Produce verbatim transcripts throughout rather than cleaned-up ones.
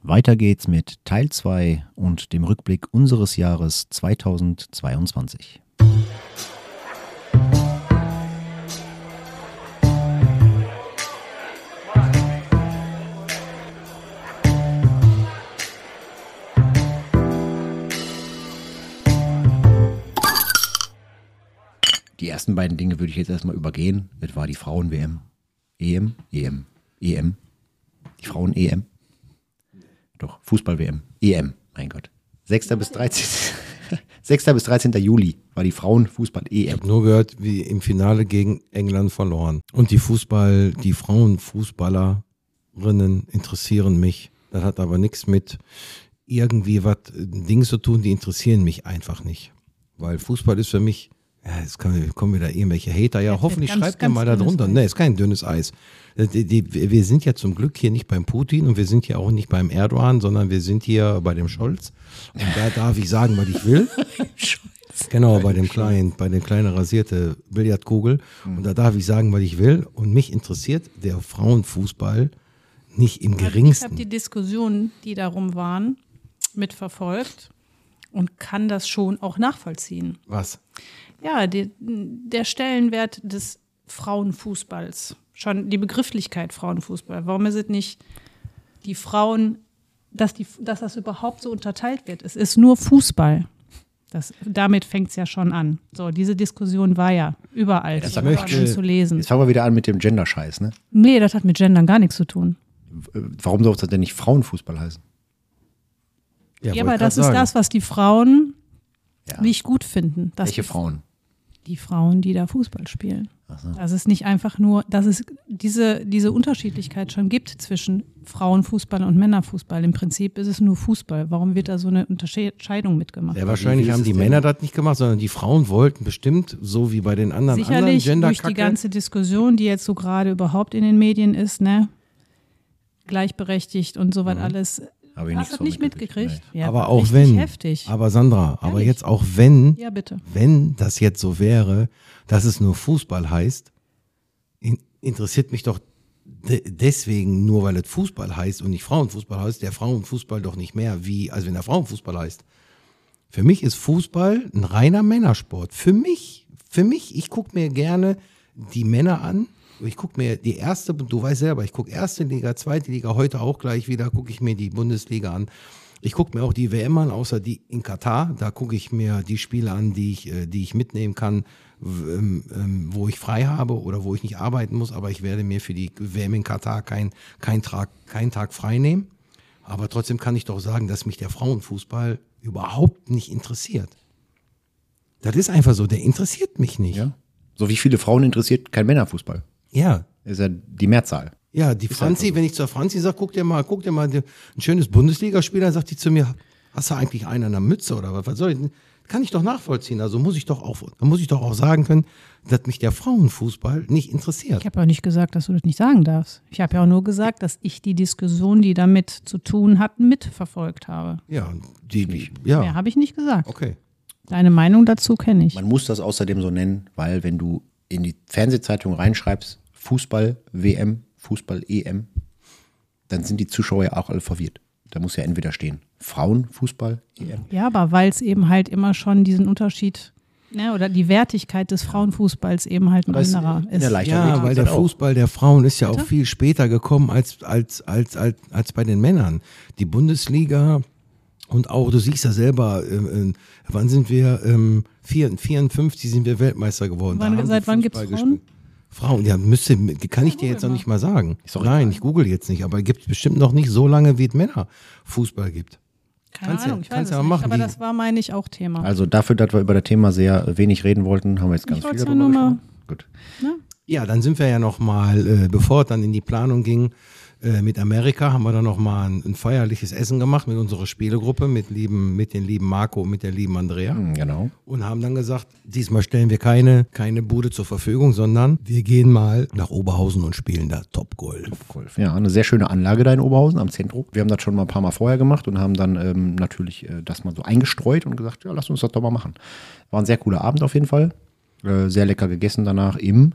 Weiter geht's mit Teil zwei und dem Rückblick unseres Jahres zweitausendzweiundzwanzig. Die ersten beiden Dinge würde ich jetzt erstmal übergehen. Das war die Frauen-W M. E M, E M, E M. Die Frauen-E M. Doch, Fußball-W M. E M, mein Gott. sechster bis dreizehnten Juli war die Frauen-Fußball-E Ich M. habe nur gehört, wie im Finale gegen England verloren. Und die Fußball, die Frauenfußballerinnen interessieren mich. Das hat aber nichts mit irgendwie was Dinge zu tun, die interessieren mich einfach nicht. Weil Fußball ist für mich, ja, jetzt kommen, kommen wieder irgendwelche Hater. Ja, Jetzt hoffentlich wird ganz, schreibt ihr ganz mal da dünnes drunter. Eis. Nee, ist kein dünnes Eis. Die, die, wir sind ja zum Glück hier nicht beim Putin und wir sind hier auch nicht beim Erdogan, sondern wir sind hier bei dem Scholz. Und da darf ich sagen, was ich will. Genau, bei dem kleinen, bei dem kleinen rasierte Billardkugel. Und da darf ich sagen, was ich will. Und mich interessiert der Frauenfußball nicht im Ich habe geringsten. die Diskussionen, die darum waren, mitverfolgt und kann das schon auch nachvollziehen. Was? Ja, die, der Stellenwert des Frauenfußballs, schon die Begrifflichkeit Frauenfußball. Warum ist es nicht die Frauen, dass, die, dass das überhaupt so unterteilt wird? Es ist nur Fußball. Das, damit fängt es ja schon an. So, diese Diskussion war ja überall Das zu, möchte- hören und zu lesen. Jetzt fangen wir wieder an mit dem Gender-Scheiß, ne? Nee, das hat mit Gendern gar nichts zu tun. Warum soll das denn nicht Frauenfußball heißen? Ja, wollte aber grad das ist sagen. das, was die Frauen Ja. nicht gut finden. Dass Welche die, Frauen? Die Frauen, die da Fußball spielen. Dass es nicht einfach nur, dass es diese, diese Unterschiedlichkeit schon gibt zwischen Frauenfußball und Männerfußball. Im Prinzip ist es nur Fußball. Warum wird da so eine Unterscheidung mitgemacht? Ja, wahrscheinlich Wie ist haben es die denn? Männer das nicht gemacht, sondern die Frauen wollten bestimmt, so wie bei den anderen, anderen Sicherlich durch die Gender-Kacke. ganze Diskussion, die jetzt so gerade überhaupt in den Medien ist, ne? Gleichberechtigt und so was alles. Habe ich Hast du so das nicht mitgekriegt? Ja, Aber war auch richtig wenn, heftig. aber Sandra, aber Ehrlich? jetzt auch wenn, Ja, bitte. wenn das jetzt so wäre, dass es nur Fußball heißt, in, interessiert mich doch de deswegen, nur weil es Fußball heißt und nicht Frauenfußball heißt, der Frauenfußball doch nicht mehr, wie, als wenn der Frauenfußball heißt. Für mich ist Fußball ein reiner Männersport. Für mich, für mich, ich gucke mir gerne die Männer an. Ich gucke mir die erste, du weißt selber, ich gucke erste Liga, zweite Liga, heute auch gleich wieder, gucke ich mir die Bundesliga an. Ich gucke mir auch die W M an, außer die in Katar. Da gucke ich mir die Spiele an, die ich, äh, die ich mitnehmen kann, w- ähm, ähm, wo ich frei habe oder wo ich nicht arbeiten muss. Aber ich werde mir für die W M in Katar keinen kein Tag, kein Tag frei nehmen. Aber trotzdem kann ich doch sagen, dass mich der Frauenfußball überhaupt nicht interessiert. Das ist einfach so, der interessiert mich nicht. Ja. So wie viele Frauen interessiert kein Männerfußball. Ja, Das ist ja die Mehrzahl. ja, die Franzi, wenn ich zur Franzi sage, guck dir mal, guck dir mal die- ein schönes Bundesligaspiel, dann sagt die zu mir, hast du eigentlich einen an der Mütze oder was? Was soll ich denn? Kann ich doch nachvollziehen. Also muss ich doch auch, dann muss ich doch auch sagen können, dass mich der Frauenfußball nicht interessiert. Ich habe auch nicht gesagt, dass du das nicht sagen darfst. Ich habe ja auch nur gesagt, dass ich die Diskussion, die damit zu tun hatten, mitverfolgt habe. Ja, die, die Mehr ja, habe ich nicht gesagt. okay. Deine Meinung dazu kenne ich. Man muss das außerdem so nennen, weil wenn du in die Fernsehzeitung reinschreibst, Fußball-W M, Fußball-E M, dann sind die Zuschauer ja auch alle verwirrt. Da muss ja entweder stehen Frauenfußball-E M. Ja, aber weil es eben halt immer schon diesen Unterschied, ne, oder die Wertigkeit des Frauenfußballs eben halt ein Aber es- anderer in der ist. Leichtathletik Ja, weil ist der das auch. Fußball der Frauen ist ja auch Bitte? viel später gekommen als, als, als, als, als bei den Männern. Die Bundesliga und auch, du siehst ja selber, ähm, äh, wann sind wir, ähm, vier- vierundfünfzig sind wir Weltmeister geworden. Wann- Da haben seit die wann gibt's Fußball Frauen? gespielt. Frauen, ja, müsste, kann ich dir jetzt noch nicht mal sagen. doch Nein, egal. ich google jetzt nicht, aber gibt es bestimmt noch nicht so lange, wie es Männerfußball gibt. Keine Kannst ja- Ahnung, ich weiß kannst es ja nicht, machen, aber die- das war, meine ich, auch Thema. Also dafür, dass wir über das Thema sehr wenig reden wollten, haben wir jetzt ganz Ich viel wollt's darüber ja nur mal- gesprochen. Gut. Ja, dann sind wir ja noch mal, äh, bevor es dann in die Planung ging, äh, mit Amerika, haben wir dann noch mal ein, ein feierliches Essen gemacht mit unserer Spielegruppe, mit, lieben, mit den lieben Marco und mit der lieben Andrea. Hm, Genau. Und haben dann gesagt, diesmal stellen wir keine, keine Bude zur Verfügung, sondern wir gehen mal nach Oberhausen und spielen da Top-Golf. Golf. Ja, eine sehr schöne Anlage da in Oberhausen am Zentrum. Wir haben das schon mal ein paar Mal vorher gemacht und haben dann ähm, natürlich äh, das mal so eingestreut und gesagt, ja, lass uns das doch mal machen. War ein sehr cooler Abend auf jeden Fall. Äh, sehr lecker gegessen danach im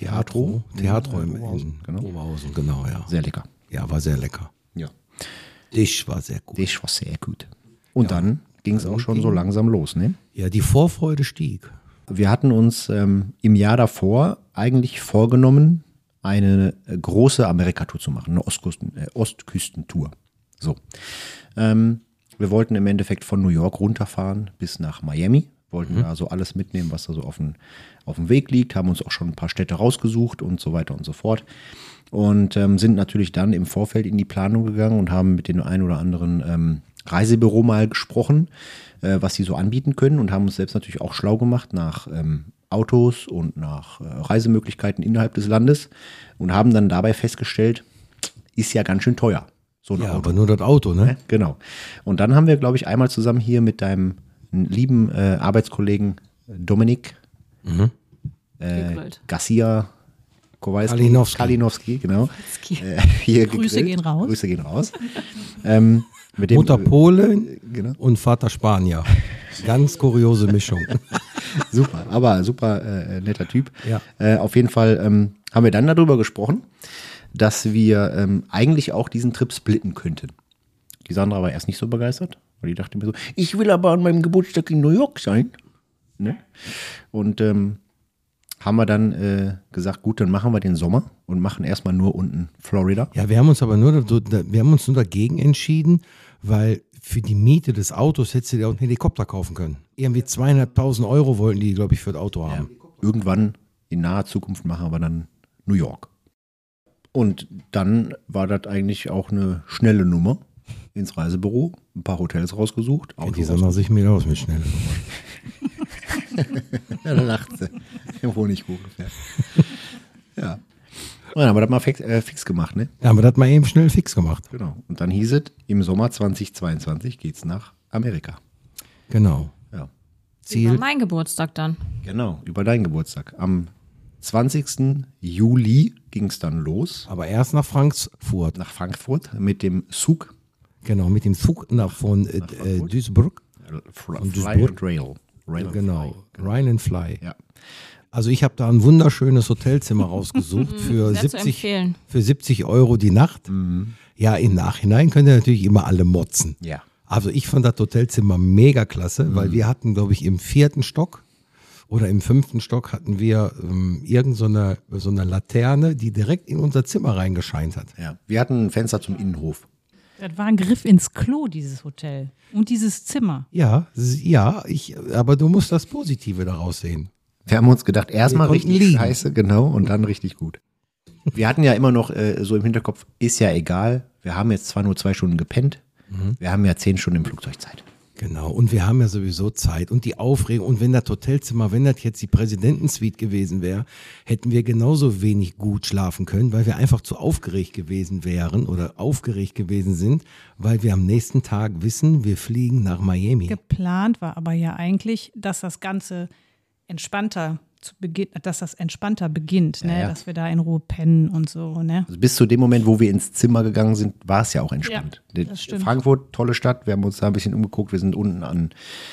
Theatro, Theatro in in, Oberhausen, in genau. Oberhausen, genau, ja. Sehr lecker. Ja, war sehr lecker. Ja. Das war sehr gut. Das war sehr gut. Und dann ging es auch schon so langsam los, ne? Ja, die Vorfreude stieg. Wir hatten uns ähm, im Jahr davor eigentlich vorgenommen, eine äh, große Amerika-Tour zu machen, eine Ostküsten, äh, Ostküstentour. So. Ähm, wir wollten im Endeffekt von New York runterfahren bis nach Miami, wollten mhm. da so alles mitnehmen, was da so auf dem, auf dem Weg liegt, haben uns auch schon ein paar Städte rausgesucht und so weiter und so fort. Und ähm, sind natürlich dann im Vorfeld in die Planung gegangen und haben mit dem einen oder anderen ähm, Reisebüro mal gesprochen, äh, was sie so anbieten können und haben uns selbst natürlich auch schlau gemacht nach ähm, Autos und nach äh, Reisemöglichkeiten innerhalb des Landes und haben dann dabei festgestellt, ist ja ganz schön teuer. So ein Ja, Auto. aber nur das Auto, ne? Ne? Genau. Und dann haben wir, glaube ich, einmal zusammen hier mit deinem lieben äh, Arbeitskollegen Dominik Mhm. äh, Gegrillt. Garcia Kowalski, Kalinowski. Kalinowski, genau. Kowalski. Äh, hier Grüße gegrillt. gehen raus. Grüße gehen raus. ähm, mit dem, Mutter Polen genau. und Vater Spanier. Ganz kuriose Mischung. Super, aber super äh, netter Typ. Ja. Äh, auf jeden Fall ähm, haben wir dann darüber gesprochen, dass wir ähm, eigentlich auch diesen Trip splitten könnten. Die Sandra war erst nicht so begeistert, weil die dachte mir so, ich will aber an meinem Geburtstag in New York sein. Ne? Und ähm, haben wir dann äh, gesagt, gut, dann machen wir den Sommer und machen erstmal nur unten Florida. Ja, wir haben uns aber nur, wir haben uns nur dagegen entschieden, weil für die Miete des Autos hättest du dir auch einen Helikopter kaufen können. Irgendwie zweieinhalbtausend Euro wollten die, glaube ich, für das Auto haben. Irgendwann in naher Zukunft machen wir dann New York. Und dann war das eigentlich auch eine schnelle Nummer ins Reisebüro, ein paar Hotels rausgesucht. Ja, die Sandra sich mir aus mit schnell. Ja, da lacht sie. Im Honig hochgefährt. Ja. Und dann haben wir das mal fix, äh, fix gemacht, ne? Ja, haben wir das mal eben schnell fix gemacht. Genau. Und dann hieß es, im Sommer zweitausendzweiundzwanzig geht's nach Amerika. Genau. Ja. Über Ziel. mein Geburtstag dann. Genau, über deinen Geburtstag. Am zwanzigsten Juli ging es dann los Aber erst nach Frankfurt. nach Frankfurt mit dem Zug. Genau, mit dem Zug nach von äh, äh, Duisburg. Fly Duisburg. and Rail. Rail and Genau, Fly. Rhine and Fly. Ja. Also ich habe da ein wunderschönes Hotelzimmer rausgesucht für Sehr zu siebzig, empfehlen. für siebzig Euro die Nacht. Ja, im Nachhinein könnt ihr natürlich immer alle motzen. Ja. Also ich fand das Hotelzimmer mega klasse, weil wir hatten, glaube ich, im vierten Stock oder im fünften Stock hatten wir ähm, irgend so eine, so eine Laterne, die direkt in unser Zimmer reingescheint hat. Ja. Wir hatten ein Fenster zum Innenhof. Das war ein Griff ins Klo, dieses Hotel. Und dieses Zimmer. Ja, s- ja, ich, aber du musst das Positive daraus sehen. Wir haben uns gedacht, erstmal Wir konnten richtig liegen. scheiße, genau, und dann richtig gut. Wir hatten ja immer noch äh, so im Hinterkopf, ist ja egal, wir haben jetzt zwar nur zwei Stunden gepennt, wir haben ja zehn Stunden im Flugzeug Zeit. Genau, und wir haben ja sowieso Zeit und die Aufregung. Und wenn das Hotelzimmer, wenn das jetzt die Präsidentensuite gewesen wäre, hätten wir genauso wenig gut schlafen können, weil wir einfach zu aufgeregt gewesen wären oder aufgeregt gewesen sind, weil wir am nächsten Tag wissen, wir fliegen nach Miami. Geplant war aber ja eigentlich, dass das Ganze entspannter zu Beginn, dass das entspannter beginnt, ne? Ja, ja. Dass wir da in Ruhe pennen und so, ne? Also bis zu dem Moment, wo wir ins Zimmer gegangen sind, war es ja auch entspannt. Ja, Die- das stimmt. Frankfurt, tolle Stadt, wir haben uns da ein bisschen umgeguckt, wir sind unten an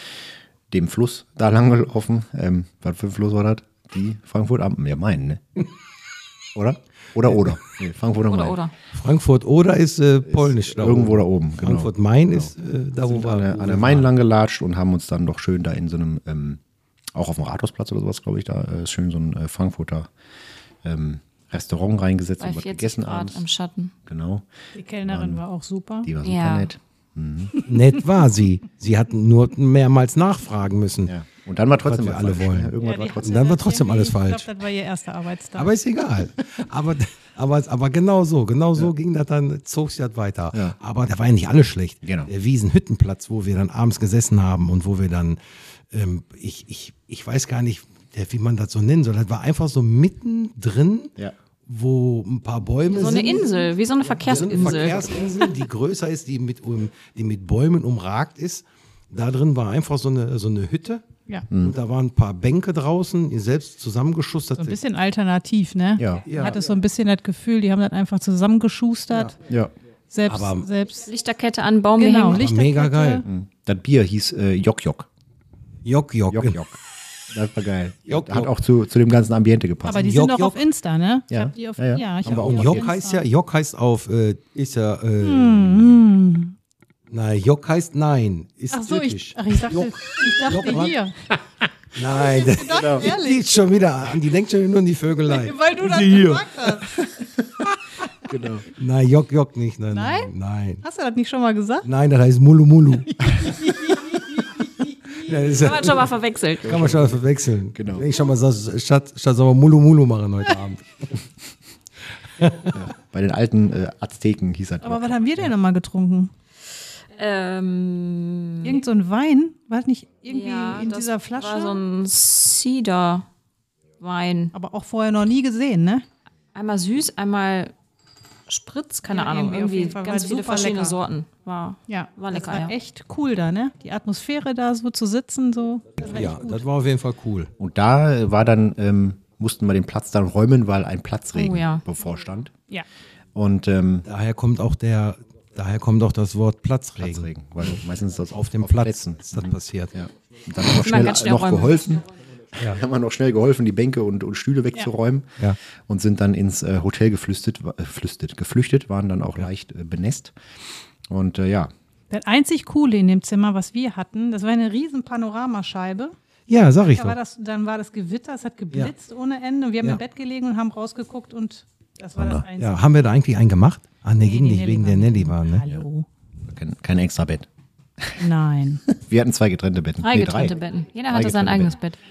dem Fluss da lang gelaufen. Ähm, was für ein Fluss war das? Die Frankfurt am, ja, Main, ne? Oder? Oder, oder. Nee, Frankfurt am Oder, Main. oder. Frankfurt oder ist äh, polnisch da Irgendwo oben. da oben, genau. Frankfurt Main ist äh, da, wo Sind wir an der, wo an wir der Main waren. lang gelatscht und haben uns dann doch schön da in so einem, ähm, auch auf dem Rathausplatz oder sowas, glaube ich, da äh, ist schön so ein äh, Frankfurter ähm, Restaurant reingesetzt Bei und was vierzig gegessen Grad abends. im Schatten. Genau, Die Kellnerin war auch super. die war super Ja. nett. Nett war sie. Sie hatten nur mehrmals nachfragen müssen. Ja. Und dann war trotzdem wir was alle falsch, wollen. ne? Irgendwas die war hat trotzdem. dann war das trotzdem irgendwie- alles falsch. Ich glaube, das war ihr erster Arbeitstag. Aber ist egal. Aber, aber, aber genau so, genau so ging das dann, zog sich das weiter. Ja. Aber da war ja nicht alles schlecht. Genau. Der Wiesenhüttenplatz, wo wir dann abends gesessen haben und wo wir dann, ähm, ich, ich, ich weiß gar nicht, der, wie man das so nennen soll. Das war einfach so mittendrin, Ja. wo ein paar Bäume So sind. eine Insel, wie so eine So eine Verkehrsinsel. Verkehrsinsel, die größer ist, die mit, um, die mit Bäumen umragt ist. Da drin war einfach so eine, so eine Hütte. Ja. Und da waren ein paar Bänke draußen, selbst zusammengeschustert. So ein bisschen alternativ, ne? Ja. Ja. Man hatte so ein bisschen das Gefühl, die haben das einfach zusammengeschustert. Ja. Selbst, Aber- selbst. Lichterkette an den Baum Genau, gehängt. Lichterkette. mega geil. Das Bier hieß äh, Jok Jok. Jok, Jok. Jok Jok. Das war geil. Jok, Hat Jok. auch zu, zu dem ganzen Ambiente gepasst. Aber die Jok, sind auch Jok. auf Insta, ne? Ich Ja. hab die auf, Ja, ja. ja, ich Haben wir hab auch die Und auf Jok Insta. heißt ja, Jok heißt auf, äh, ist ja, äh, Hm, Na, Jock heißt nein. Ist Ach so, türkisch. ich, ach, ich dachte, Jock. ich dachte Jock, hier. Nein, das Genau. die Ehrlich, ist schon wieder an. Die denkt schon nur an die Vögelei. weil du das Die hier. gesagt hast. Genau. Nein, Jock, Jock nicht. Nein, Nein? nein. Nein, Hast du das nicht schon mal gesagt? nein das heißt Mulu Mulu. Ja, das ist, Kann man schon mal verwechselt. kann man schon mal verwechseln. Genau. Wenn ich schon mal so, statt, statt so Mulu Mulu machen heute Abend. Bei den alten äh, Azteken hieß das. Aber was haben wir denn nochmal getrunken? Ähm, Irgend so ein Wein? War das nicht irgendwie ja, in das dieser Flasche? war so ein Cider-Wein. Aber auch vorher noch nie gesehen, ne? Einmal süß, einmal Spritz, keine Ja, Ahnung. irgendwie auf Irgendwie jeden Fall, ganz war viele super verschiedene lecker. Sorten. War, Ja, war das lecker, war ja. echt cool da, ne? Die Atmosphäre da so zu sitzen, so. Das war Ja, echt gut. das war auf jeden Fall cool. Und da äh, war dann, ähm, mussten wir den Platz dann räumen, weil ein Platzregen Oh, ja. bevorstand. Ja. Und ähm, Daher kommt auch der, daher kommt auch das Wort Platzregen. Platzregen, weil meistens ist das Auf dem Platz Plätzen. ist das passiert. Ja. Und dann haben wir Man schnell, kann schnell noch räumen. geholfen. Ja. Haben wir noch schnell geholfen, die Bänke und, und Stühle wegzuräumen Ja. und sind dann ins äh, Hotel geflüchtet, äh, flüchtet, geflüchtet, waren dann auch leicht äh, benässt. Und äh, ja, Das einzig Coole in dem Zimmer, was wir hatten, das war eine riesen Panoramascheibe. Ja, sag ich Da war doch. das, dann war das Gewitter, es hat geblitzt ohne Ende. Und wir haben Ja. im Bett gelegen und haben rausgeguckt und das war das Einzige. Ja, haben wir da eigentlich einen gemacht? Ah, nee, ging die nicht, wegen Nelly der war Nelly war, ne? Hallo. kein, kein extra Bett. Nein. Wir hatten zwei getrennte Betten. Drei Nee, getrennte Betten. Jeder Drei hatte sein getrennte eigenes Bett.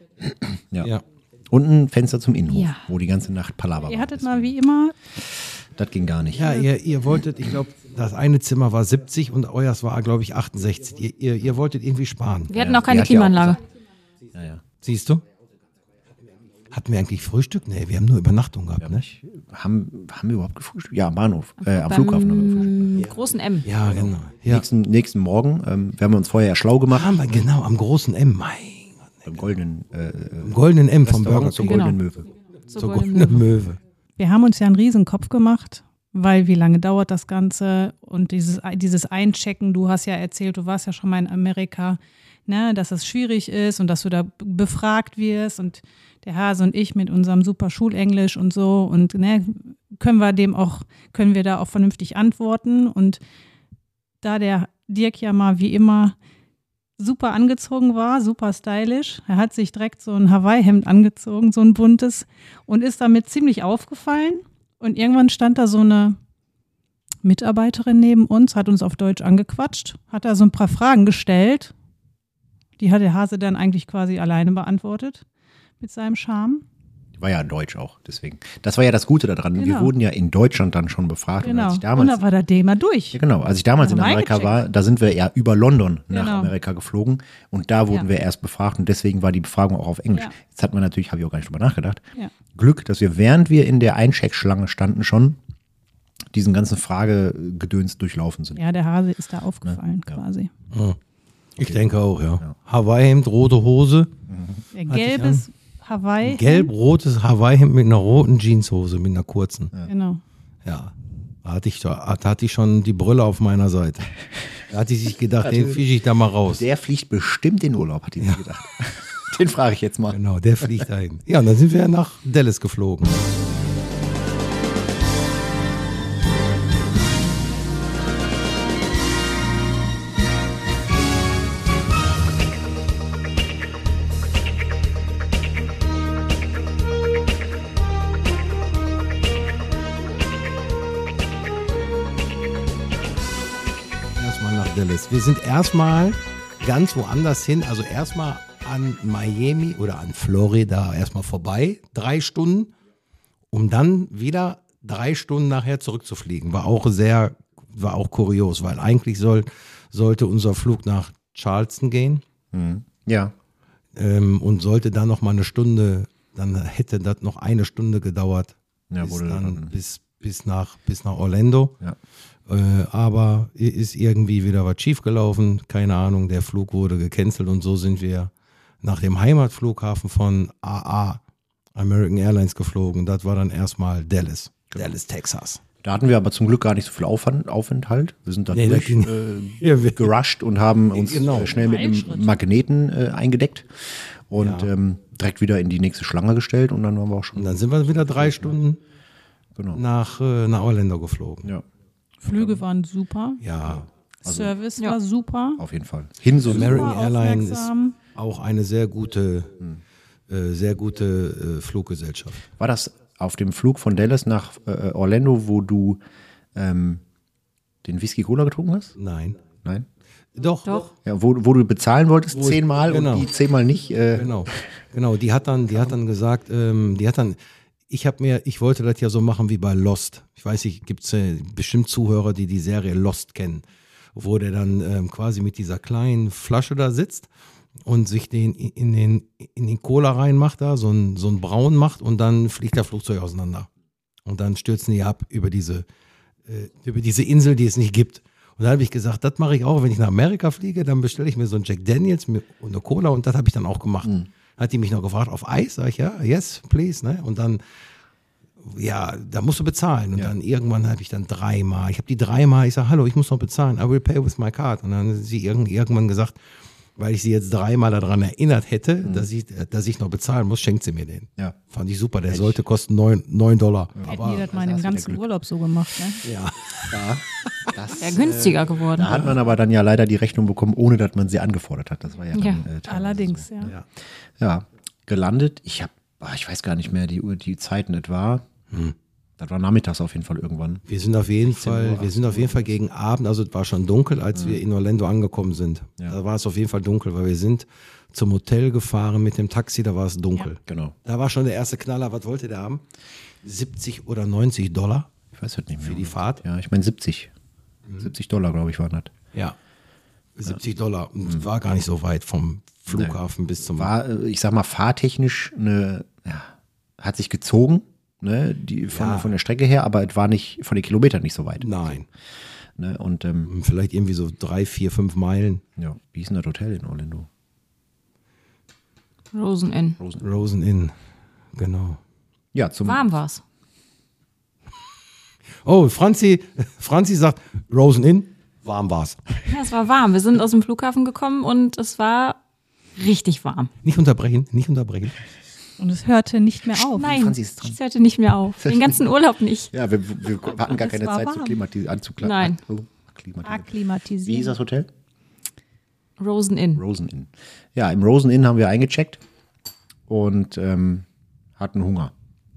Ja. Ja. Und ein Fenster zum Innenhof, Ja. wo die ganze Nacht Palaver Ihr war. hattet mal wie immer, Das ging gar nicht. Ja, ihr, ihr wolltet, ich glaube, das eine Zimmer war siebzig und euers war, glaube ich, achtundsechzig. Ihr, ihr, ihr wolltet irgendwie sparen. Wir hatten Ja, auch keine die hat ja auch Klimaanlage. Ja, ja. Siehst du? Hatten wir eigentlich Frühstück? Nee, wir haben nur Übernachtung gehabt, ne? Haben, haben wir überhaupt gefrühstückt? Ja, am Bahnhof, äh, am Beim Flughafen haben wir gefrühstückt. Im großen M. Ja, genau. Ja. Nächsten, nächsten Morgen, ähm, wir haben uns vorher ja schlau gemacht, Haben wir, genau, am großen M. Mein Gott. beim goldenen äh, Am goldenen M vom Restaurant Burger zur King. goldenen Möwe. So Zur goldene goldenen Möwe. Möwe. wir haben uns ja einen riesen Kopf gemacht, weil wie lange dauert das Ganze und dieses, dieses Einchecken, du hast ja erzählt, du warst ja schon mal in Amerika, ne, dass das schwierig ist und dass du da befragt wirst und der Hase und ich mit unserem super Schulenglisch und so und ne, können wir dem auch, können wir da auch vernünftig antworten und da der Dirk ja mal wie immer super angezogen war, super stylisch. Er hat sich direkt so ein Hawaii-Hemd angezogen, so ein buntes, und ist damit ziemlich aufgefallen. Und irgendwann stand da so eine Mitarbeiterin neben uns, hat uns auf Deutsch angequatscht, hat da so ein paar Fragen gestellt. Die hat der Hase dann eigentlich quasi alleine beantwortet mit seinem Charme. War ja deutsch auch, deswegen. Das war ja das Gute daran. Wir Genau. wurden ja in Deutschland dann schon befragt. Und Genau. als ich Und damals, da war der Thema durch. ja, genau, als ich damals Haben in wir Amerika eingecheckt. war, da sind wir ja über London nach Genau. Amerika geflogen und da wurden Ja. wir erst befragt und deswegen war die Befragung auch auf Englisch. Ja. Jetzt hat man natürlich, habe ich auch gar nicht drüber nachgedacht, Ja. Glück, dass wir, während wir in der Eincheckschlange standen, schon diesen ganzen Fragegedöns durchlaufen sind. Ja, der Hase ist da aufgefallen Ja. quasi. Ich denke auch, ja. Hawaii-Hemd, rote Hose, Der Hatte ich gelbes Hawaii. gelb-rotes Hawaii-Hemd mit einer roten Jeanshose, mit einer kurzen. Genau. Ja. Da hatte ich, da hatte ich schon die Brille auf meiner Seite. Da hatte ich sich gedacht, den fische ich da mal raus. Der fliegt bestimmt in Urlaub, hat die sich gedacht. Den frage ich jetzt mal. Genau, der fliegt dahin. Ja, und dann sind wir nach Dallas geflogen. Erstmal nach Dallas. Wir sind erstmal ganz woanders hin, also erstmal an Miami oder an Florida erstmal vorbei, drei Stunden, um dann wieder drei Stunden nachher zurückzufliegen. War auch sehr, war auch kurios, weil eigentlich soll, sollte unser Flug nach Charleston gehen Ja, ähm, und sollte dann noch mal eine Stunde, dann hätte das noch eine Stunde gedauert, Ja, bis, wurde dann, dann- bis, bis, nach, bis nach Orlando. ja. Äh, aber ist irgendwie wieder was schiefgelaufen, keine Ahnung, der Flug wurde gecancelt und so sind wir nach dem Heimatflughafen von A A, American Airlines, geflogen. Das war dann erstmal Dallas, Dallas, Texas. Da hatten wir aber zum Glück gar nicht so viel Aufwand, Aufenthalt. Wir sind da Nee, durch das ging- äh, Ja, wir- gerusht und haben uns Genau. äh, schnell mit Ein einem Schritt. Magneten äh, eingedeckt und Ja. ähm, direkt wieder in die nächste Schlange gestellt und dann waren wir auch Und schon. dann sind wir wieder drei Stunden Genau. nach, äh, nach Orlando geflogen. Ja. Flüge waren super. Ja, Also Service Ja. war super. auf jeden Fall. Hin so American Super Airlines ist aufmerksam. auch eine sehr gute, äh, sehr gute äh, Fluggesellschaft. War das auf dem Flug von Dallas nach äh, Orlando, wo du ähm, den Whisky Cola getrunken hast? Nein. Nein? Doch. Doch. Ja, wo, wo du bezahlen wolltest Wo ich- zehnmal genau. und die zehnmal nicht. Äh, Genau, genau. Die hat dann, die hat dann gesagt, ähm, die hat dann, ich habe mir, ich wollte das ja so machen wie bei Lost. Ich weiß nicht, gibt es äh, bestimmt Zuhörer, die die Serie Lost kennen, wo der dann ähm, quasi mit dieser kleinen Flasche da sitzt und sich den in den in den Cola reinmacht da, so ein so ein Braun macht und dann fliegt das Flugzeug auseinander und dann stürzen die ab über diese äh, über diese Insel, die es nicht gibt. Und da habe ich gesagt, das mache ich auch, wenn ich nach Amerika fliege, dann bestelle ich mir so ein Jack Daniels mit, und eine Cola und das habe ich dann auch gemacht. Mhm. Hat die mich noch gefragt, auf Eis? Sag ich, ja, yes, please. Ne? Und dann, ja, da musst du bezahlen. Und Ja. dann irgendwann habe ich dann dreimal, ich habe die dreimal, ich sage, hallo, ich muss noch bezahlen, I will pay with my card. Und dann hat sie irgend, irgendwann gesagt, weil ich sie jetzt dreimal daran erinnert hätte, dass, ich, dass ich noch bezahlen muss, schenkt sie mir den. Ja. Fand ich super, der sollte kosten neun Dollar. Hätten die das mal in dem hast du ganzen Glück. Urlaub so gemacht, ne? Ja. Ja, das, Ja, günstiger geworden. Da hat man aber dann ja leider die Rechnung bekommen, ohne dass man sie angefordert hat. Das war ja dann Ja, äh, teilweise Allerdings, so. ja. Ja. Ja, gelandet. Ich habe, ich weiß gar nicht mehr die, Uhr- die Zeiten etwa. Hm. Das war nachmittags auf jeden Fall irgendwann. Wir sind auf jeden Fall, Uhr, wir sind auf jeden Fall gegen Abend, also es war schon dunkel, als wir in Orlando angekommen sind. Ja. Da war es auf jeden Fall dunkel, weil wir sind zum Hotel gefahren mit dem Taxi, da war es dunkel. Genau. Da war schon der erste Knaller, was wollte der haben? siebzig oder neunzig Dollar Ich weiß es nicht mehr. für die Fahrt? Ja, ich meine siebzig. siebzig Dollar, glaube ich, waren das. Ja. siebzig Dollar. Und war gar nicht so weit vom Flughafen bis zum. War, äh, ich sag mal, fahrtechnisch eine, ja, hat sich gezogen, ne, die, von, Ja. von der Strecke her, aber es war nicht, von den Kilometern nicht so weit. Nein. Ne, und ähm, Vielleicht irgendwie so drei, vier, fünf Meilen. ja, wie hieß denn das Hotel in Orlando? Rosen Inn. Rosen Inn. Genau. Ja, zum Warm war's. Oh, Franzi, Franzi sagt, Rosen Inn, warm war's. Ja, es war warm. Wir sind aus dem Flughafen gekommen und es war richtig warm. Nicht unterbrechen, nicht unterbrechen. Und es hörte nicht mehr auf. Nein, Franzi ist dran. es hörte nicht mehr auf. Den ganzen Urlaub nicht. Ja, wir, wir hatten gar Es keine war Zeit zu warm. klimatisieren, anzukla- Nein. Oh, akklimatisieren. Akklimatisiert. Wie hieß das Hotel? Rosen Inn. Rosen Inn. Ja, im Rosen Inn haben wir eingecheckt und ähm, hatten Hunger.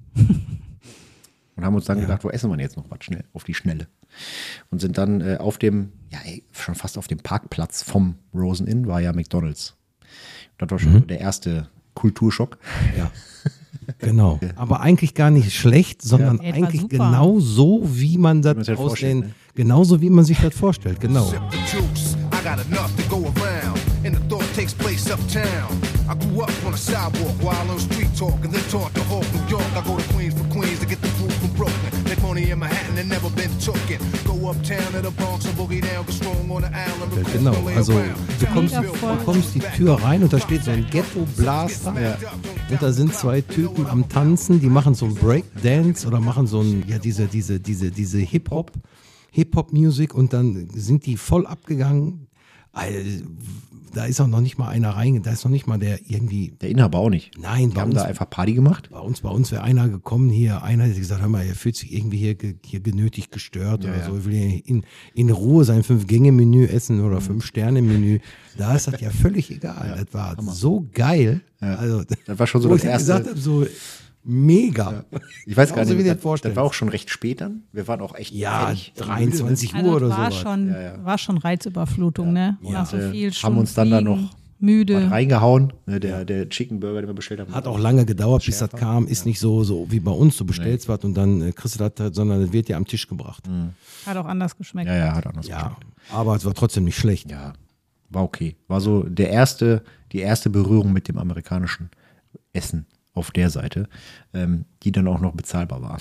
Und haben uns dann gedacht, wo essen wir jetzt noch was schnell, auf die Schnelle. Und sind dann äh, auf dem, ja, ey, schon fast auf dem Parkplatz vom Rosen Inn war ja McDonalds. Das war schon Mhm. so der erste Kulturschock. Ja. Genau. Aber eigentlich gar nicht schlecht, sondern Ja, es war eigentlich super. genau so, wie man das man sich das aus vorstellt, den, ne? genauso wie man sich das vorstellt, genau. Sip the juice, I got enough to go around. And the thought takes place uptown. I grew up on a sidewalk while on street talk and then taught to Hawk, New York. I go to Queens for Queens to get the proof from Brooklyn. Make money in Manhattan and never been tooken. Go uptown to the Bronx and boogie down, get strong on the island. recruit, Genau, don't lay also around. du kommst, Mega voll. du kommst die Tür rein und da steht so ein Ghetto-Blaster und da sind zwei Typen am Tanzen, die machen so ein Breakdance oder machen so ein, ja diese, diese, diese, diese Hip-Hop, Hip-Hop-Musik und dann sind die voll abgegangen. Also, da ist auch noch nicht mal einer rein, da ist noch nicht mal der irgendwie, Der Inhaber auch nicht. nein, Die bei haben uns, da einfach Party gemacht. bei uns, bei uns wäre einer gekommen hier, einer hat gesagt, hör mal, er fühlt sich irgendwie hier, ge- hier genötigt gestört Ja, oder ja. so, er will hier in, in Ruhe sein Fünf-Gänge-Menü essen oder Fünf-Sterne-Menü. Da ist das ja völlig egal. Das war so geil. Also, Das war schon so wo das ich erste. gesagt habe, so mega. Ich weiß gar Genauso nicht, wie du dir das, das vorstellst. das war auch schon recht spät dann. Wir waren auch echt Ja, fertig. dreiundzwanzig Also Uhr oder das war sowas. schon, war schon Reizüberflutung, ne? Nach so äh, viel haben uns dann da Stunden noch fliegen, müde. Was reingehauen. Ne, der, der Chicken Burger, den wir bestellt haben. Hat auch lange gedauert, bis das kam. Ist nicht so, so wie bei uns, du bestellst was und dann äh, kriegst du das, sondern es wird dir am Tisch gebracht. Hat auch anders geschmeckt. Ja, ja, hat anders Ja, geschmeckt. aber es war trotzdem nicht schlecht. Ja, war okay. War so der erste, die erste Berührung mit dem amerikanischen Essen auf der Seite, ähm, die dann auch noch bezahlbar war.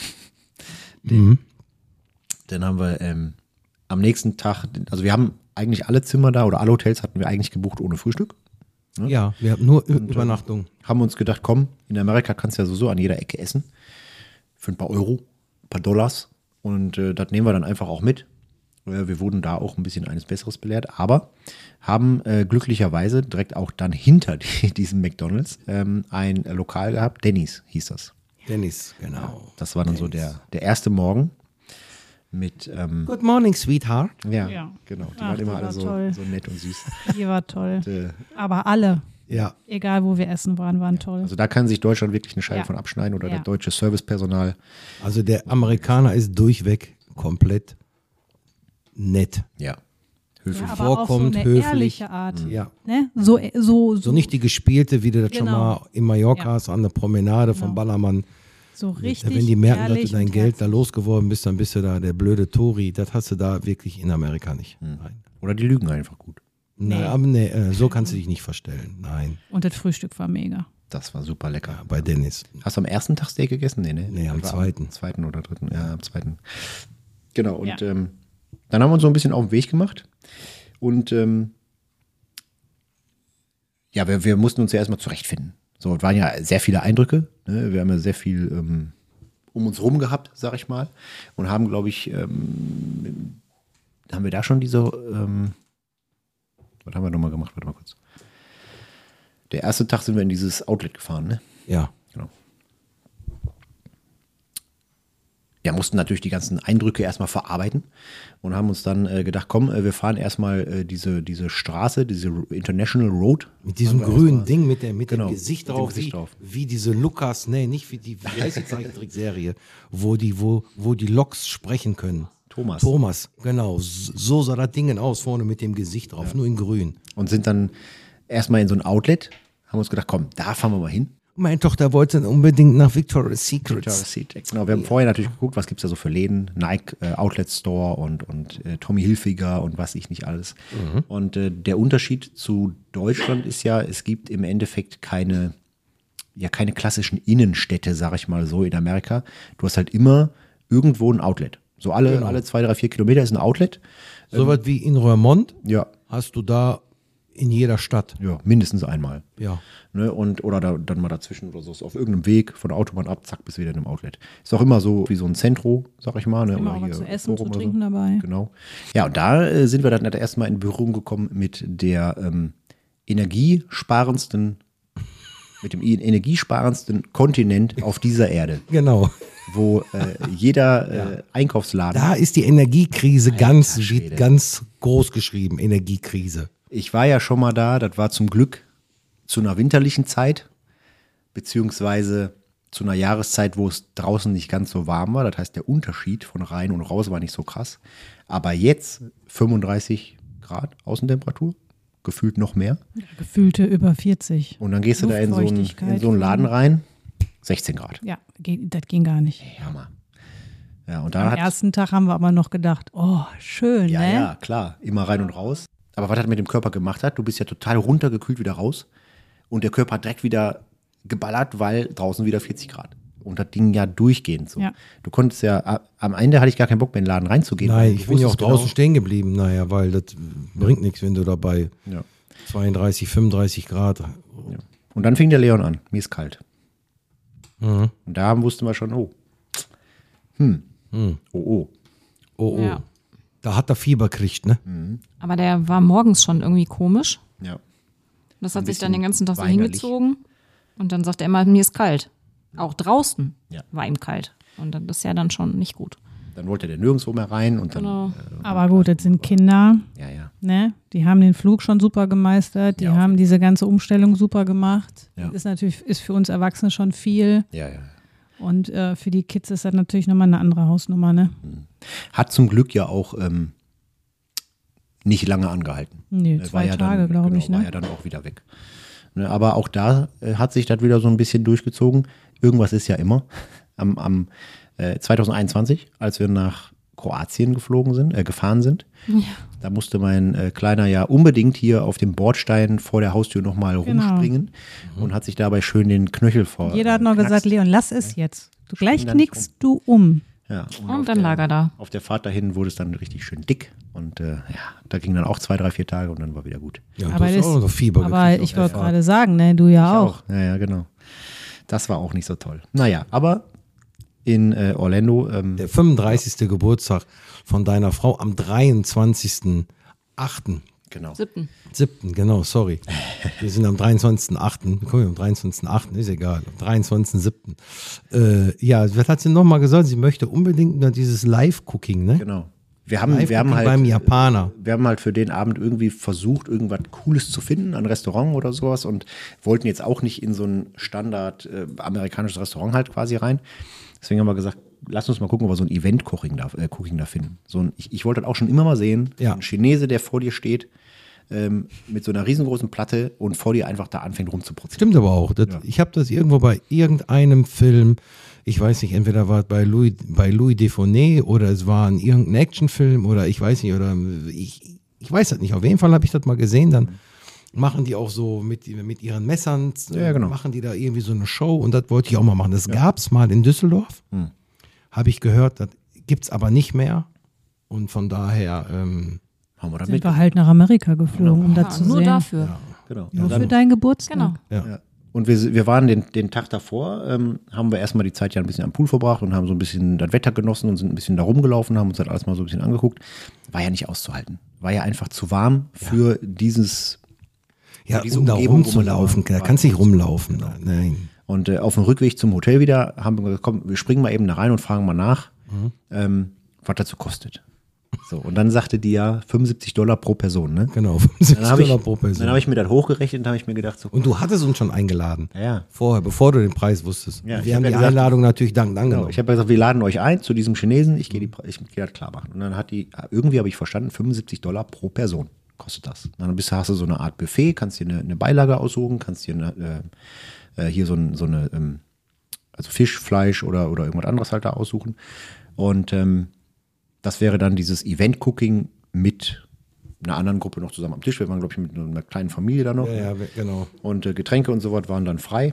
Mhm. Dann haben wir ähm, am nächsten Tag, also wir haben eigentlich alle Zimmer da oder alle Hotels hatten wir eigentlich gebucht ohne Frühstück. Ja, wir haben nur Ü- Übernachtung. Haben uns gedacht, komm, in Amerika kannst du ja sowieso an jeder Ecke essen. Für ein paar Euro, ein paar Dollars. Und äh, das nehmen wir dann einfach auch mit. Äh, wir wurden da auch ein bisschen eines Besseres belehrt, aber haben äh, glücklicherweise direkt auch dann hinter die, diesem McDonalds ähm, ein Lokal gehabt. Denny's hieß das. Dennis, genau. Das war dann so der, der erste Morgen. mit ähm, Good morning, sweetheart. ja, Ja. genau. Die Ach, waren die immer war alle so, toll. so nett und süß. Die war toll. Und, äh, Aber alle, Ja. egal wo wir essen waren, waren toll. also da kann sich Deutschland wirklich eine Scheibe Ja. von abschneiden oder Ja. der deutsche Servicepersonal. Also der Amerikaner ist durchweg komplett nett. Ja. Ja, Höflich. aber auf so vorkommt, eine höflich. ehrliche Art. Ja. Ne? So, so, so, So nicht die gespielte, wie du das schon Genau. mal in Mallorca Ja. hast, an der Promenade vom Genau. Ballermann. so richtig. Wenn die merken, dass du ehrlich dein und Geld da herzlich. losgeworden bist, dann bist du da der blöde Tori. Das hast du da wirklich in Amerika nicht. Nein. Oder die lügen einfach gut. Nein, aber nee, äh, so kannst du dich nicht verstellen. Nein, Und das Frühstück war mega. Das war super lecker. bei Dennis. Hast du am ersten Tag Steak gegessen? Nee, ne? Nee, am Das war zweiten. Am zweiten oder dritten. Ja, am zweiten. Genau. Und Ja. ähm, dann haben wir uns so ein bisschen auf den Weg gemacht. Und ähm, ja, wir, wir mussten uns ja erstmal zurechtfinden. So, es waren ja sehr viele Eindrücke. Ne? Wir haben ja sehr viel ähm, um uns rum gehabt, sag ich mal. Und haben, glaube ich, ähm, haben wir da schon diese, ähm, was haben wir nochmal gemacht? Warte mal kurz. Der erste Tag sind wir in dieses Outlet gefahren, ne? Ja. Genau. Ja, mussten natürlich die ganzen Eindrücke erstmal verarbeiten und haben uns dann äh, gedacht, komm, äh, wir fahren erstmal äh, diese, diese Straße, diese International Road. Mit diesem Fahren wir grünen erstmal- Ding mit, der, mit Genau, dem Gesicht mit dem drauf, Gesicht wie, drauf. wie diese Lukas, nee, nicht wie die, wie heißt die Zeichentrickserie, wo die, wo, wo die Loks sprechen können. Thomas. Thomas, genau. So sah das Ding aus, vorne mit dem Gesicht drauf, nur in grün. Und sind dann erstmal in so ein Outlet, haben uns gedacht, komm, da fahren wir mal hin. Meine Tochter wollte dann unbedingt nach Victoria's Secrets. Victoria's Secret. Genau, wir haben vorher natürlich geguckt, was gibt es da so für Läden, Nike äh, Outlet Store und, und äh, Tommy Hilfiger und was ich nicht alles. Und äh, der Unterschied zu Deutschland ist ja, es gibt im Endeffekt keine, ja, keine klassischen Innenstädte, sag ich mal so, in Amerika. Du hast halt immer irgendwo ein Outlet. So alle, alle zwei, drei, vier Kilometer ist ein Outlet. So was wie in Roermond Ja, hast du da in jeder Stadt. ja, mindestens einmal. Ja. Ne, und, oder da, dann mal dazwischen oder so, ist auf irgendeinem Weg von der Autobahn ab, zack, bist du wieder in einem Outlet. Ist auch immer so wie so ein Zentro, sag ich mal. Ne, Immer oder auch was hier zu essen, Forum zu oder trinken so. dabei. Genau. Ja, und da äh, sind wir dann das erste Mal in Berührung gekommen mit der ähm, energiesparendsten, mit dem energiesparendsten Kontinent auf dieser Erde, Genau. wo äh, jeder äh, Einkaufsladen. Da ist die Energiekrise ganz, Schwede. wird ganz groß geschrieben. Energiekrise. Ich war ja schon mal da, das war zum Glück zu einer winterlichen Zeit, beziehungsweise zu einer Jahreszeit, wo es draußen nicht ganz so warm war. Das heißt, der Unterschied von rein und raus war nicht so krass. Aber jetzt fünfunddreißig Grad Außentemperatur, gefühlt noch mehr. Gefühlte über vierzig. Und dann gehst du da in so, einen, in Luftfeuchtigkeit. so einen Laden rein, sechzehn Grad. Ja, ging- das ging gar nicht. Hammer. Ja, und da Am hat, ersten Tag haben wir aber noch gedacht, oh, schön, ja, ne? ja, klar, immer rein und raus. Aber was das mit dem Körper gemacht hat, du bist ja total runtergekühlt wieder raus und der Körper hat direkt wieder geballert, weil draußen wieder vierzig Grad. Und das ging ja durchgehend so. Ja. Du konntest ja, a- am Ende hatte ich gar keinen Bock mehr in den Laden reinzugehen. weil Nein, du ich bin ja auch wusstest draußen genau- stehen geblieben. Naja, weil das bringt nichts, wenn du dabei Ja. zweiunddreißig, fünfunddreißig Grad. Und dann fing der Leon an, mir ist kalt. Mhm. Und da wussten wir schon, oh, hm, oh, oh. Oh, oh. Ja. Da hat er Fieber gekriegt, ne? Aber der war morgens schon irgendwie komisch. Ja. Das hat Ein sich dann den ganzen Tag so weinerlich. hingezogen. Und dann sagt er immer, mir ist kalt. Auch draußen Ja. war ihm kalt. Und das ist ja dann schon nicht gut. Dann wollte der nirgendwo mehr rein und dann, Genau. Aber gut, das sind Kinder, ja, ja. ne? Die haben den Flug schon super gemeistert, die Ja, auf haben diese ganze Umstellung super gemacht. Ja. Das ist natürlich, ist für uns Erwachsene schon viel. Ja, ja. Und äh, für die Kids ist das natürlich nochmal eine andere Hausnummer, ne? Hat zum Glück ja auch ähm, nicht lange angehalten. Nee, Äh, war zwei ja Tage, dann, glaube genau, ich, ne? War ja dann auch wieder weg. Ne, aber auch da äh, hat sich das wieder so ein bisschen durchgezogen. Irgendwas ist ja immer. Am, am äh, zwanzig einundzwanzig, als wir nach Kroatien geflogen sind, äh, gefahren sind, da musste mein äh, Kleiner ja unbedingt hier auf dem Bordstein vor der Haustür nochmal Genau. rumspringen und hat sich dabei schön den Knöchel vor. Jeder hat noch äh, gesagt, knackst. Leon, lass es jetzt. Du gleich Spring da nicht knickst du um. Ja, Und auf dann der, lag er da. Auf der Fahrt dahin wurde es dann richtig schön dick und äh, ja, da ging dann auch zwei, drei, vier Tage und dann war wieder gut. Ja, Aber, du hast das, auch noch Fieber aber gekriegt auf ich der wollte Fahrt. gerade sagen, ne, du ja auch. Ja, ja, genau. Das war auch nicht so toll. Naja, aber in äh, Orlando, ähm, Der fünfunddreißigste Geburtstag von deiner Frau am dreiundzwanzigsten achten Genau. Siebten. siebten, genau, sorry. Wir sind am dreiundzwanzigsten achten Wir kommen am dreiundzwanzigsten achten ist egal. Am dreiundzwanzigsten siebten Äh, ja, was hat sie nochmal gesagt? Sie möchte unbedingt nur dieses Live-Cooking, ne? Genau. Wir haben, wir haben halt, beim Japaner. Wir haben halt für den Abend irgendwie versucht, irgendwas Cooles zu finden, ein Restaurant oder sowas und wollten jetzt auch nicht in so ein Standard äh, amerikanisches Restaurant halt quasi rein. Deswegen haben wir gesagt, lass uns mal gucken, ob wir so ein Event-Cooking da, äh, Cooking da finden. So ein, ich, ich wollte das auch schon immer mal sehen. Ja. Ein Chinese, der vor dir steht, ähm, mit so einer riesengroßen Platte und vor dir einfach da anfängt rumzuprozieren. Stimmt aber auch. Das, Ja. Ich habe das irgendwo bei irgendeinem Film, ich weiß nicht, entweder war es bei Louis, bei Louis Defonet oder es war ein irgendein Actionfilm oder ich weiß nicht, oder ich, ich weiß das nicht. Auf jeden Fall habe ich das mal gesehen, dann machen die auch so mit, mit ihren Messern, Ja, genau. machen die da irgendwie so eine Show und das wollte ich auch mal machen. Das gab es mal in Düsseldorf, Hm. habe ich gehört, das gibt es aber nicht mehr und von daher, ähm, Haben wir da Sind mit? wir halt nach Amerika geflogen, um Ja, das zu nur sehen. dafür. Genau. Nur Und dann- für deinen Geburtstag. Genau. ja. Ja. Und wir, wir waren den, den Tag davor, ähm, haben wir erstmal die Zeit ja ein bisschen am Pool verbracht und haben so ein bisschen das Wetter genossen und sind ein bisschen da rumgelaufen, haben uns das alles mal so ein bisschen angeguckt. War ja nicht auszuhalten. War ja einfach zu warm für dieses. Ja, diese um da Umgebung, wo man da rumzulaufen, war. da kannst du nicht rumlaufen. Da. Nein. Und äh, auf dem Rückweg zum Hotel wieder haben wir gesagt, komm, wir springen mal eben da rein und fragen mal nach, ähm, was dazu kostet. So, und dann sagte die ja fünfundsiebzig Dollar pro Person, ne? Genau, fünfundsiebzig Dann habe ich, Dollar pro Person. dann hab ich mir das hochgerechnet und habe ich mir gedacht, so, Und du hattest uns schon eingeladen. Ja, ja. Vorher, bevor du den Preis wusstest. Ja, ich wir hab haben ja die gesagt- Einladung natürlich dankend Genau, angenommen. ich habe gesagt, wir laden euch ein zu diesem Chinesen, ich gehe die, ich gehe das klar machen. Und dann hat die, irgendwie habe ich verstanden, fünfundsiebzig Dollar pro Person kostet das. Dann bist, hast du so eine Art Buffet, kannst dir eine, eine Beilage aussuchen, kannst dir eine, äh, hier so, ein, so eine, ähm, also Fisch, Fleisch oder, oder irgendwas anderes halt da aussuchen. Und ähm, das wäre dann dieses Event-Cooking mit einer anderen Gruppe noch zusammen am Tisch. Wir waren, glaube ich, mit einer kleinen Familie da noch. ja, ja, genau. Und äh, Getränke und so was waren dann frei.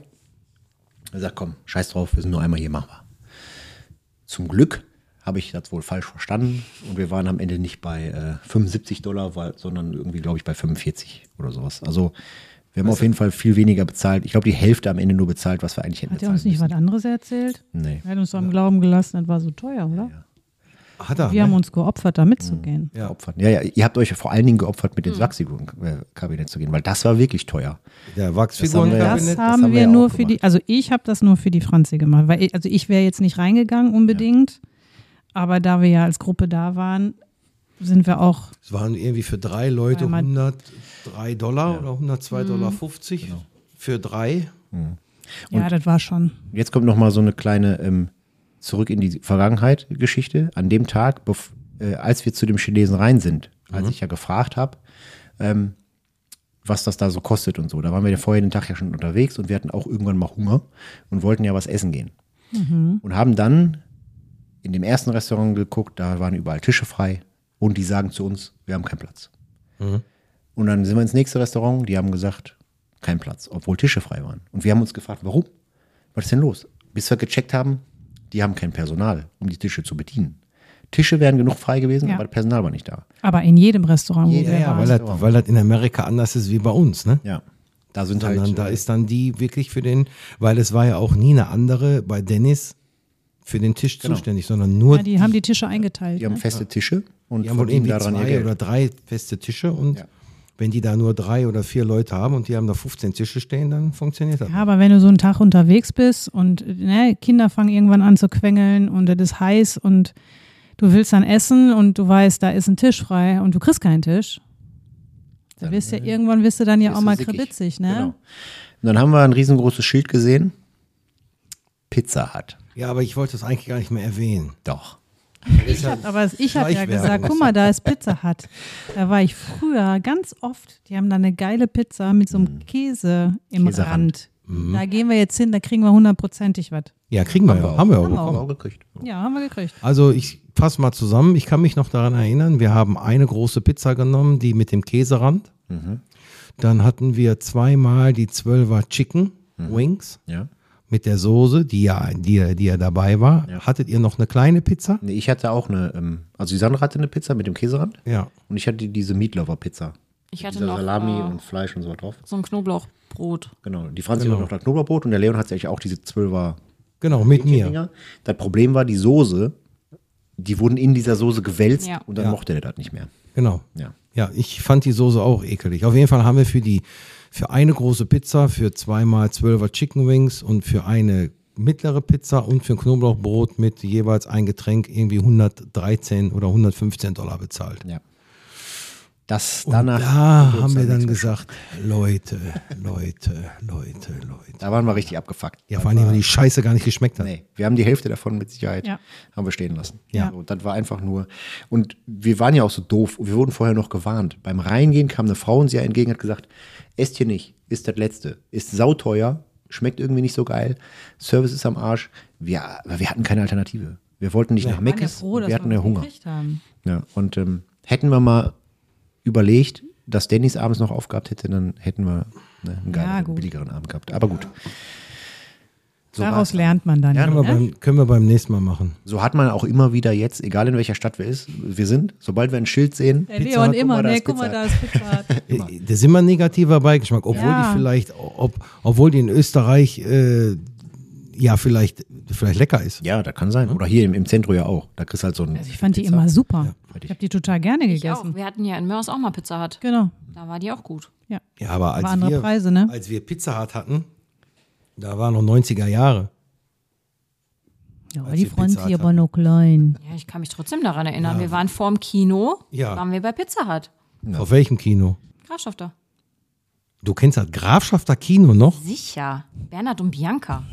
Er sagt, komm, scheiß drauf, wir sind nur einmal hier, machen wir. Zum Glück habe ich das wohl falsch verstanden und wir waren am Ende nicht bei äh, fünfundsiebzig Dollar, weil, sondern irgendwie, glaube ich, bei fünfundvierzig oder sowas. Also wir haben auf jeden Fall viel weniger bezahlt. Ich glaube, die Hälfte am Ende nur bezahlt, was wir eigentlich hätten Hat er uns bezahlen nicht was anderes erzählt? müssen. Nee. Er hat uns doch im Glauben gelassen, das war so teuer, oder? Hat er, Wir ne? haben uns geopfert, da mitzugehen. Ja. Geopfert. Ja, ja, ihr habt euch vor allen Dingen geopfert, mit ins Wachsfigurenkabinett zu gehen, weil das war wirklich teuer. Der Das Wachsfigurenkabinett. Das haben haben wir wir ja nur auch für gemacht. die, also ich habe das nur für die Franzi gemacht, weil ich, also ich wäre jetzt nicht reingegangen unbedingt, aber da wir ja als Gruppe da waren, sind wir auch, Es waren irgendwie für drei Leute Einmal- hundertdrei Dollar oder hundertzwei Dollar fünfzig Genau. für drei. ja, das war schon. Jetzt kommt noch mal so eine kleine ähm, zurück in die Vergangenheit Geschichte. An dem Tag, bef- äh, als wir zu dem Chinesen rein sind, als ich ja gefragt habe, ähm, was das da so kostet und so. Da waren wir ja vorher den Tag ja schon unterwegs und wir hatten auch irgendwann mal Hunger und wollten ja was essen gehen. Und haben dann in dem ersten Restaurant geguckt, da waren überall Tische frei und die sagen zu uns, wir haben keinen Platz. Und dann sind wir ins nächste Restaurant, die haben gesagt, kein Platz, obwohl Tische frei waren. Und wir haben uns gefragt, warum? Was ist denn los? Bis wir gecheckt haben, die haben kein Personal, um die Tische zu bedienen. Tische wären genug frei gewesen, Ja. aber das Personal war nicht da. Aber in jedem Restaurant, wo Jeder, wir Ja, waren. weil das, weil das in Amerika anders ist wie bei uns, ne? Ja, da sind Sondern halt, da äh, ist dann die wirklich für den, weil es war ja auch nie eine andere bei Dennis für den Tisch Genau. zuständig, sondern nur Ja, die haben die Tische eingeteilt. die haben Ne? feste Tische und die haben wohl verdienen irgendwie daran ihr zwei Geld. oder drei feste Tische und Ja. wenn die da nur drei oder vier Leute haben und die haben da fünfzehn Tische stehen, dann funktioniert das. Ja, aber wenn du so einen Tag unterwegs bist und ne, Kinder fangen irgendwann an zu quengeln und es ist heiß und du willst dann essen und du weißt, da ist ein Tisch frei und du kriegst keinen Tisch, dann wirst ja irgendwann wirst du dann ja Bist auch du mal sickig. kribitzig, ne? Genau. Und dann haben wir ein riesengroßes Schild gesehen, Pizza Hut. Ja, aber ich wollte das eigentlich gar nicht mehr erwähnen. Doch. Ich hab, aber ich habe ja Schleichwerbung. gesagt, guck mal, da ist Pizza Hut. Da war ich früher ganz oft, die haben da eine geile Pizza mit so einem Käse im Käserand. Rand. Da gehen wir jetzt hin, da kriegen wir hundertprozentig was. Ja, kriegen wir ja. Haben wir auch. Haben wir Haben wir auch. auch gekriegt. Ja, haben wir gekriegt. Also ich fasse mal zusammen. Ich kann mich noch daran erinnern, wir haben eine große Pizza genommen, die mit dem Käserand. Dann hatten wir zweimal die zwölfer Chicken Wings Ja. mit der Soße, die ja, die, ja- die ja dabei war. Ja. Hattet ihr noch eine kleine Pizza? Nee, ich hatte auch eine, ähm, also die Sandra hatte eine Pizza mit dem Käserand Ja. und ich hatte diese Meatlover-Pizza. Ich hatte Dieser noch Salami äh, und Fleisch und so was drauf. so ein Knoblauchbrot. Genau. Die Franzi Genau. hat noch das Knoblauchbrot und der Leon hat sich auch diese zwölfer Genau, mit mir. Dinger. Das Problem war, die Soße, die wurden in dieser Soße gewälzt Ja. und dann Ja. mochte der das nicht mehr. Genau. Ja. Ja, ich fand die Soße auch ekelig. Auf jeden Fall haben wir für die, für eine große Pizza, für zweimal zwölfer Chicken Wings und für eine mittlere Pizza und für ein Knoblauchbrot mit jeweils ein Getränk irgendwie hundertdreizehn oder hundertfünfzehn Dollar bezahlt. Ja. Das Und danach. da wurde uns haben wir dann nichts mehr gesagt, Leute, Leute, Leute, Leute. Da waren wir richtig abgefuckt. Ja, vor allem, weil die Scheiße gar nicht geschmeckt hat. Nee, wir haben die Hälfte davon mit Sicherheit Ja. haben wir stehen lassen. Ja. So, das war einfach nur. Und wir waren ja auch so doof. Wir wurden vorher noch gewarnt. Beim Reingehen kam eine Frau uns ja entgegen und hat gesagt, esst hier nicht, ist das Letzte. Ist sauteuer, schmeckt irgendwie nicht so geil. Service ist am Arsch. Wir, aber wir hatten keine Alternative. Wir wollten nicht nach Wir waren ja Meckes. froh, dass wir hatten ja was Hunger. gekriegt haben. Ja, und ähm, hätten wir mal überlegt, dass Dennis abends noch aufgehabt hätte, dann hätten wir ne, einen geileren, gut. billigeren Abend gehabt. Aber gut. So Daraus war's. lernt man dann. Ja, Können wir, ne? beim, können wir beim nächsten Mal machen. So hat man auch immer wieder jetzt, egal in welcher Stadt wir, ist, wir sind, sobald wir ein Schild sehen, Der Pizza Leon Hut, immer, guck mal, da ne, ist guck mal, Pizza da Hut. ist Pizza Hut. Äh, Das ist immer ein negativer Beigeschmack, obwohl Ja. die vielleicht, ob, obwohl die in Österreich äh, ja vielleicht, vielleicht lecker ist. Ja, das kann sein. Oder hier im, im Zentrum ja auch. Da kriegst du halt so ein. Also ich fand die Pizza. immer super. fertig. Ich habe die total gerne Ich auch. gegessen. Wir hatten ja in Mörs auch mal Pizza Hut. Genau. Da war die auch gut. Ja. Ja, aber als, Aber andere wir, Preise, ne? als wir Pizza Hut hatten, da waren noch neunziger Jahre. Ja, Als die wir Franz Pizza hier Hut aber noch klein. Ja, ich kann mich trotzdem daran erinnern. Wir waren vorm Kino, Ja. waren wir bei Pizza Hut. Auf welchem Kino? Grafschafter. Du kennst das Grafschafter Kino noch? Sicher. Bernhard und Bianca.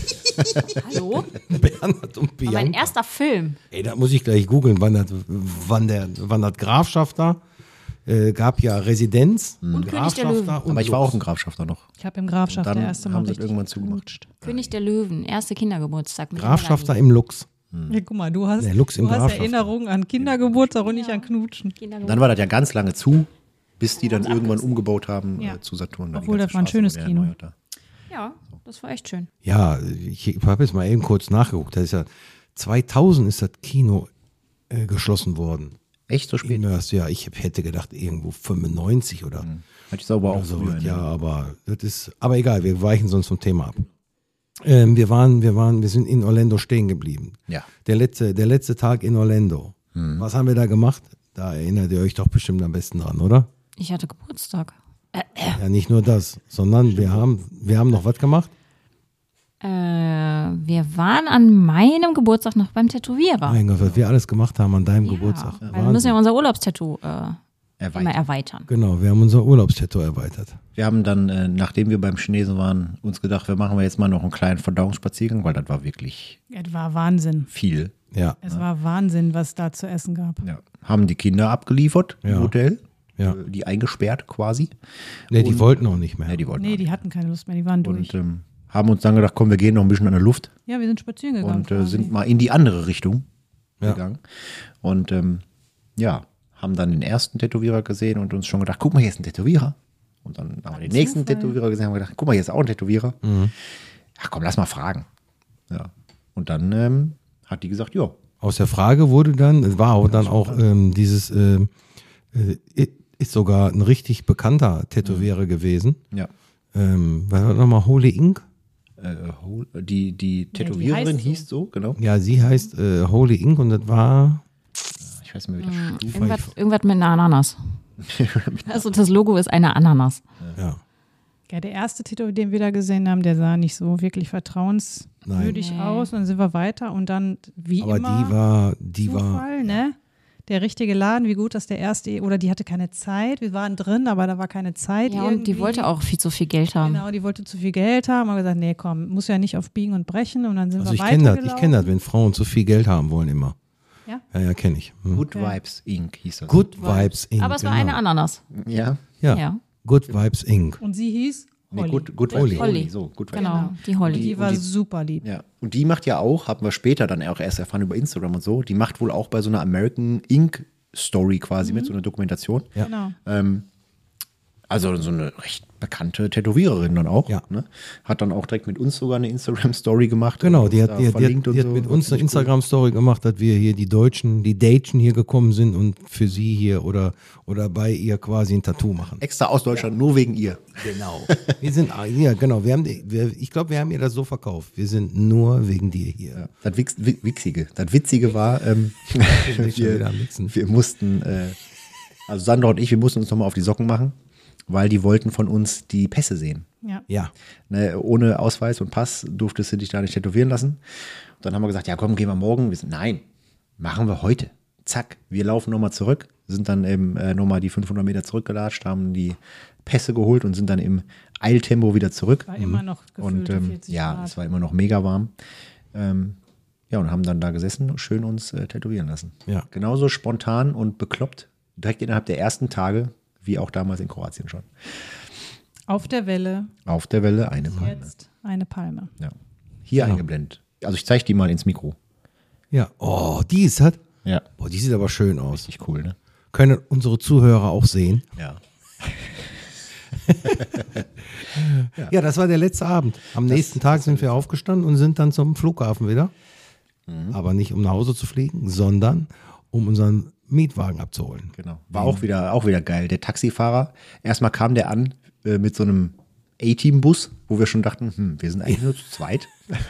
Hallo? Bernhard und War mein Bianca. erster Film. Ey, da muss ich gleich googeln, wann das, wann der, wann das Grafschafter äh, gab ja Residenz, Und König der Löwen. Grafschafter und Aber ich war Lux. auch ein Grafschafter noch. Ich habe im Grafschaft Dann der erste Mal haben sie richtig irgendwann zugemacht. geknutscht. König der Löwen, erster Kindergeburtstag. Mit Grafschafter Melanie. im Lux. Ja, guck mal, du hast, Nee, Lux im du hast Grafschaft. Erinnerungen an Kindergeburtstag und nicht an Knutschen. Kindergeburtstag. Dann war das ja ganz lange zu, bis die dann irgendwann umgebaut haben Ja. äh, zu Saturn. Da die Obwohl, ganze das war ein Straße schönes wurde Kino. erneuert da. Ja, das war echt schön. Ja, ich habe jetzt mal eben kurz nachgeguckt. Das ist ja zweitausend ist das Kino äh, geschlossen worden. Echt so In spät? Mörs, ja, ich hätte gedacht irgendwo fünfundneunzig oder Hatte ich sauber auch oder so. früher. Ja, ne? aber das ist, aber egal, wir weichen sonst vom Thema ab. Ähm, wir waren, wir waren, wir sind in Orlando stehen geblieben. Ja. Der letzte, der letzte Tag in Orlando. Was haben wir da gemacht? Da erinnert ihr euch doch bestimmt am besten dran, oder? Ich hatte Geburtstag. Ja, nicht nur das, sondern wir haben, wir haben noch was gemacht? Äh, wir waren an meinem Geburtstag noch beim Tätowierer. Mein Gott, was wir alles gemacht haben an deinem Geburtstag. Ja, weil wir müssen ja unser Urlaubstattoo äh, Erweitert. immer erweitern. Genau, wir haben unser Urlaubstattoo erweitert. Wir haben dann, äh, nachdem wir beim Chinesen waren, uns gedacht, wir machen wir jetzt mal noch einen kleinen Verdauungsspaziergang, weil das war wirklich Es war Wahnsinn. viel. Ja, Es war Wahnsinn, was es da zu essen gab. Ja. Haben die Kinder abgeliefert Ja. im Hotel, Ja. äh, die eingesperrt quasi. nee, die wollten auch nicht mehr. Ja, die wollten Nee, auch die hatten keine Lust mehr, die waren durch. und ähm, haben uns dann gedacht, komm, wir gehen noch ein bisschen an der Luft Ja, wir sind spazieren gegangen. und äh, quasi. sind mal in die andere Richtung Ja. gegangen. Und ähm, ja, haben dann den ersten Tätowierer gesehen und uns schon gedacht, guck mal, hier ist ein Tätowierer. Und dann haben wir den nächsten Zufall. Tätowierer gesehen und haben gedacht, guck mal, hier ist auch ein Tätowierer. Mhm. Ach komm, lass mal fragen. Ja. Und dann ähm, hat die gesagt, ja, Aus der Frage wurde dann, es war auch dann auch ähm, dieses, ähm, äh, ist sogar ein richtig bekannter Tätowierer gewesen. ja. Ähm, was war das nochmal, Holy Ink? Äh, hol- die, die Tätowiererin heißt so. hieß so, genau. Ja, sie heißt äh, Holy Ink und das war, Ich weiß nicht mehr, wie das Stufe Irgendwas, irgendwas mit einer Ananas. Also das Logo ist eine Ananas. ja, Ja, der erste Tätow, den wir da gesehen haben, der sah nicht so wirklich vertrauenswürdig Nein. aus. Und dann sind wir weiter und dann, wie aber immer, die war, die war, Zufall, ne? Der richtige Laden, wie gut, dass der erste, oder die hatte keine Zeit. Wir waren drin, aber da war keine Zeit. Ja, und die irgendwie. wollte auch viel zu viel Geld haben. Genau, die wollte zu viel Geld haben. Aber gesagt, nee, komm, muss ja nicht auf Biegen und Brechen. Und dann sind also wir ich kenne das, ich weitergelaufen. kenne das, wenn Frauen zu viel Geld haben wollen immer. Ja? Ja, ja, kenne ich. Hm. Good Vibes Incorporated hieß das. Good Vibes Inc. Aber es war genau. eine Ananas. Ja. Ja, Ja. Good Vibes Inc. Und sie hieß Nee, Holly. good, good Holly. Vibes Holly. So, Good Vibes. Genau, die Holly. Die und war die- super lieb. Ja. Und die macht ja auch, haben wir später dann auch erst erfahren über Instagram und so, die macht wohl auch bei so einer American Ink Story quasi mit, so einer Dokumentation. Ja. Genau. Ähm, Also so eine recht bekannte Tätowiererin dann auch. Ja. Ne? Hat dann auch direkt mit uns sogar eine Instagram-Story gemacht. Genau, und die uns hat, da die, hat, die, verlinkt hat, und die hat so. mit Das uns eine finde ich cool. Instagram-Story gemacht, dass wir hier die Deutschen, die Deutschen hier gekommen sind und für sie hier oder, oder bei ihr quasi ein Tattoo machen. Extra aus Deutschland, nur wegen ihr. Genau. Wir sind, ja genau, wir haben, die- wir, ich glaube, wir haben ihr das so verkauft. Wir sind nur wegen dir hier. Ja. Das Wix, Wi- Witzige, das Witzige war, ähm, bin schon wieder am Wichsen. wir, wir mussten, äh, also Sandra und ich, wir mussten uns nochmal auf die Socken machen, weil die wollten von uns die Pässe sehen. Ja. Ja. Ne, ohne Ausweis und Pass durftest du dich da nicht tätowieren lassen. Und dann haben wir gesagt, ja komm, gehen wir morgen. Wir sind, nein, machen wir heute. Zack, wir laufen nochmal zurück, sind dann eben äh, nochmal die fünfhundert Meter zurückgelatscht, haben die Pässe geholt und sind dann im Eiltempo wieder zurück. War immer noch Und gefühlte ähm, vierzig ja, Grad. es war immer noch mega warm. Ähm, ja, und haben dann da gesessen und schön uns äh, tätowieren lassen. Ja. Genauso spontan und bekloppt, direkt innerhalb der ersten Tage, wie auch damals in Kroatien schon. Auf der Welle, Auf der Welle eine Palme. jetzt eine Palme. Ja. Hier Genau. eingeblendet. Also ich zeige die mal ins Mikro. Ja. Oh, die ist hat. Ja. Boah, die sieht aber schön aus. Richtig cool, ne? Können unsere Zuhörer auch sehen. Ja. Ja, das war der letzte Abend. Am nächsten Tag sind wir aufgestanden und sind dann zum Flughafen wieder. Mhm. Aber nicht um nach Hause zu fliegen, sondern um unseren Mietwagen abzuholen. Genau. War auch wieder, auch wieder geil. Der Taxifahrer, erstmal kam der an äh, mit so einem A-Team-Bus, wo wir schon dachten, hm, wir sind eigentlich nur zu zweit.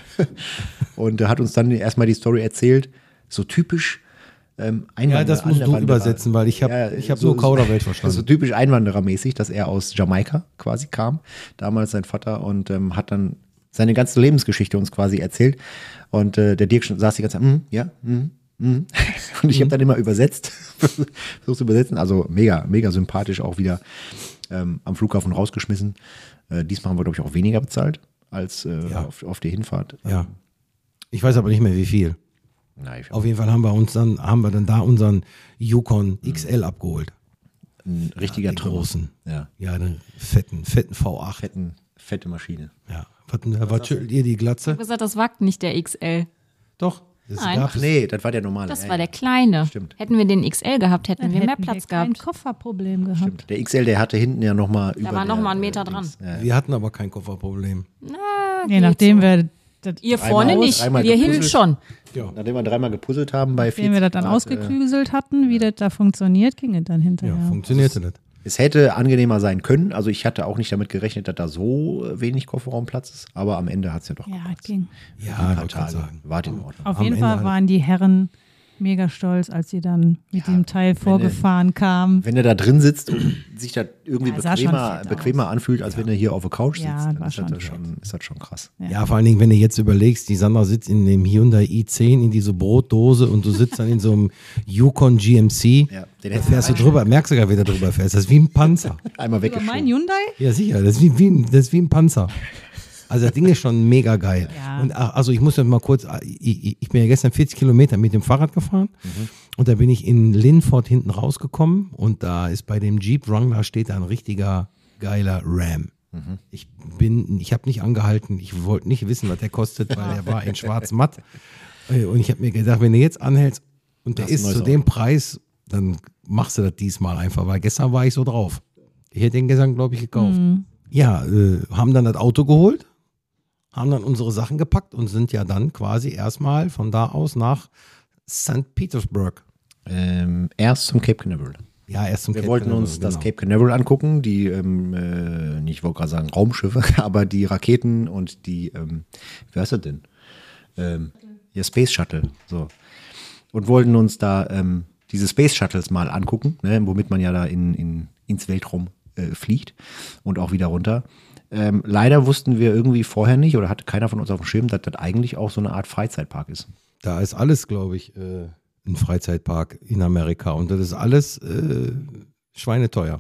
Und er hat uns dann erstmal die Story erzählt, so typisch ähm, Einwanderer. Ja, das musst du Einwanderer- übersetzen, weil ich habe ich hab nur Kauderwelsch verstanden. So typisch Einwanderermäßig, dass er aus Jamaika quasi kam, damals sein Vater, und ähm, hat dann seine ganze Lebensgeschichte uns quasi erzählt. Und äh, der Dirk schon- saß die ganze Zeit, mm, ja, mm, mm. Und ich habe dann immer übersetzt, versucht zu übersetzen. Also mega, mega sympathisch auch wieder ähm, am Flughafen rausgeschmissen. Äh, diesmal haben wir, glaube ich, auch weniger bezahlt als äh, Ja. auf, auf die Hinfahrt. Ja. Ich weiß aber nicht mehr, wie viel. Na, ich Auf jeden Fall haben wir uns dann, haben wir dann da unseren Yukon X L abgeholt. ein richtiger Den Trümmer. großen. Ja, Ja, den fetten, fetten V acht. fetten, fette Maschine. Ja. Was, was schüttelt ihr die Glatze? Ich habe gesagt, das wagt nicht der X L. Doch. Das Nein. gab Ach es. nee, das war der normale. Das Ja, war ja. der kleine. Stimmt. Hätten wir den X L gehabt, hätten Dann wir mehr hätten Platz wir kein gehabt. Kofferproblem gehabt. Stimmt. Der X L, der hatte hinten ja nochmal über. war noch der, mal ein Meter äh, dran. Dings. Ja, ja. Wir hatten aber kein Kofferproblem. Je nachdem, wer das, Ihr Dreimal vorne aus, nicht, dreimal wir hinten gepuzzelt. schon. Ja. Nachdem wir dreimal gepuzzelt haben bei den wir das dann Grad, äh, ausgeklügelt hatten, wie das da funktioniert, ging es dann Ja, hinterher. funktionierte das. Es hätte angenehmer sein können. Also ich hatte auch nicht damit gerechnet, dass da so wenig Kofferraumplatz ist. Aber am Ende hat es ja doch Ja, gepasst. es ging. Ja, Ein ich paar wollte gerade Tage. sagen. Wart in Ordnung. Auf Am jeden Ende Fall alle. waren die Herren mega stolz, als sie dann mit dem Teil vorgefahren kamen. Wenn er da drin sitzt und sich da irgendwie Ja, sah schon bequemer, fett bequemer anfühlt, als wenn er hier auf der Couch sitzt, Ja, dann war ist das, schon schon, ist das schon krass. Ja, vor allen Dingen, wenn du jetzt überlegst, die Sandra sitzt in dem Hyundai i zehn in diese Brotdose und du sitzt dann in so einem Yukon G M C. Ja, den Da hättest fährst du drüber, merkst du gar, wie du drüber fährst. Das ist wie ein Panzer. einmal Über mein weggeschoben. Hyundai? Ja, sicher, das ist wie, wie, ein- das ist wie ein Panzer. Also das Ding ist schon mega geil. Ja. Und ach, also ich muss jetzt mal kurz, ich, ich bin ja gestern vierzig Kilometer mit dem Fahrrad gefahren und da bin ich in Linford hinten rausgekommen und da ist bei dem Jeep Wrangler steht da ein richtiger geiler Ram. Ich bin, ich habe nicht angehalten, ich wollte nicht wissen, was der kostet, weil der war in schwarz-matt. Äh, Und ich habe mir gedacht, wenn du jetzt anhältst und der Hast ein ist neues zu dem Auto. Preis, dann machst du das diesmal einfach, weil gestern war ich so drauf. Ich hätte den gestern, glaube ich, gekauft. Ja, äh, haben dann das Auto geholt, haben dann unsere Sachen gepackt und sind ja dann quasi erstmal von da aus nach Sankt Petersburg. Ähm, erst zum Cape Canaveral. Ja, erst zum Wir Cape wollten Canaveral, uns das genau. Cape Canaveral angucken, die, ähm, äh, nicht, ich wollte gerade sagen Raumschiffe, aber die Raketen und die, ähm, wie heißt das denn? Ähm, ja, Space Shuttle, so. Und wollten uns da ähm, diese Space Shuttles mal angucken, ne, womit man ja da in, in, ins Weltraum äh, fliegt und auch wieder runter. Ähm, leider wussten wir irgendwie vorher nicht oder hatte keiner von uns auf dem Schirm, dass das eigentlich auch so eine Art Freizeitpark ist. Da ist alles, glaube ich, äh, ein Freizeitpark in Amerika und das ist alles äh, schweineteuer.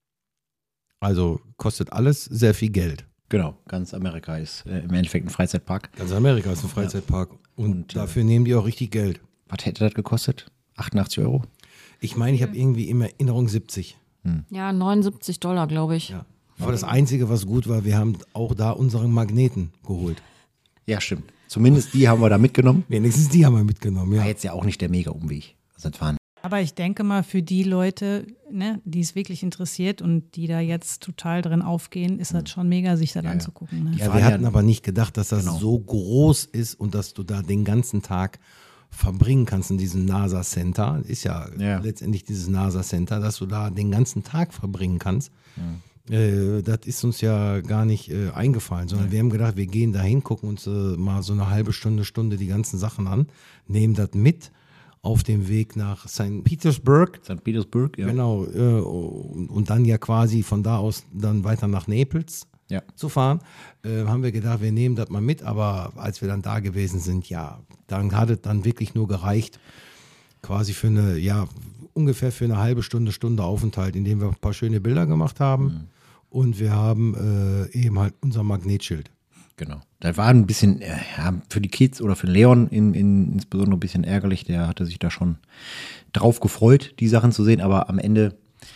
Also kostet alles sehr viel Geld. Genau, ganz Amerika ist äh, im Endeffekt ein Freizeitpark. Ganz Amerika ist ein Freizeitpark und, Und, äh, dafür nehmen die auch richtig Geld. Was hätte das gekostet? achtundachtzig Euro? Ich meine, ich habe irgendwie in Erinnerung siebzig. Ja, neunundsiebzig Dollar, glaube ich. Ja. Aber das Einzige, was gut war, wir haben auch da unseren Magneten geholt. Ja, stimmt. Zumindest die haben wir da mitgenommen. Wenigstens die haben wir mitgenommen, ja. War jetzt ja auch nicht der Mega-Umweg. Also das waren Aber ich denke mal, für die Leute, ne, die es wirklich interessiert und die da jetzt total drin aufgehen, ist das schon mega, sich das anzugucken. Ne? Ja, fahren wir ja- hatten aber nicht gedacht, dass das Genau. so groß ist und dass du da den ganzen Tag verbringen kannst in diesem NASA-Center. Ist ja, Ja. letztendlich dieses NASA-Center, dass du da den ganzen Tag verbringen kannst. Äh, das ist uns ja gar nicht äh, eingefallen, sondern wir haben gedacht, wir gehen da hin, gucken uns äh, mal so eine halbe Stunde, Stunde die ganzen Sachen an, nehmen das mit auf dem Weg nach Sankt Petersburg. Sankt Petersburg, ja. Genau, äh, und, und dann ja quasi von da aus dann weiter nach Naples Ja. zu fahren, äh, haben wir gedacht, wir nehmen das mal mit, aber als wir dann da gewesen sind, ja, dann hat es dann wirklich nur gereicht, quasi für eine, ja, ungefähr für eine halbe Stunde, Stunde Aufenthalt, in dem wir ein paar schöne Bilder gemacht haben Mhm. und wir haben äh, eben halt unser Magnetschild. Genau. Da war ein bisschen, äh, ja, für die Kids oder für Leon in, in, insbesondere ein bisschen ärgerlich. Der hatte sich da schon drauf gefreut, die Sachen zu sehen. Aber am Ende,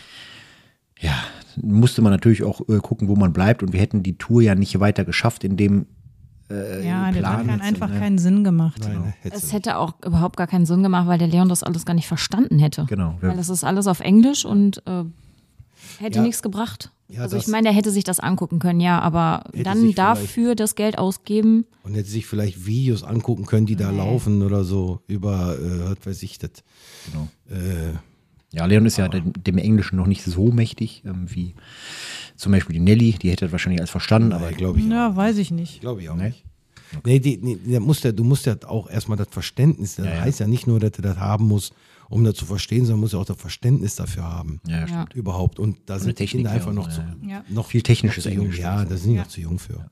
ja, musste man natürlich auch äh, gucken, wo man bleibt. Und wir hätten die Tour ja nicht weiter geschafft, in dem äh, Ja, das Plan hat kein, jetzt, einfach ne? keinen Sinn gemacht. Nein, hätte Es hätte auch überhaupt gar keinen Sinn gemacht, weil der Leon das alles gar nicht verstanden hätte. Genau. Weil das ist alles auf Englisch und äh, hätte Ja. nichts gebracht. Ja, also ich das- meine, er hätte sich das angucken können, ja, aber Hätte dann sich dafür das Geld ausgeben, und hätte sich vielleicht Videos angucken können, die da laufen oder so, über, äh, was weiß ich, das. Genau. Äh, Ja, Leon ist ja dem, dem Englischen noch nicht so mächtig ähm, wie zum Beispiel die Nelly. Die hätte das wahrscheinlich alles verstanden, aber glaube ich. Ja, weiß ich nicht. Glaube ich auch Nee? nicht. Nee, die, nee der muss ja, du musst ja auch erstmal das Verständnis, das Ja, ja. heißt ja nicht nur, dass du das haben musst, um das zu verstehen, sondern muss ja auch das Verständnis dafür haben. ja, Ja. stimmt. Überhaupt. Und da sind die Technik Kinder ja einfach auch, noch ja, zu, ja. Ja. noch Viel technisches noch zu jung. Englisch. Ja, da sind die Ja. noch zu jung für.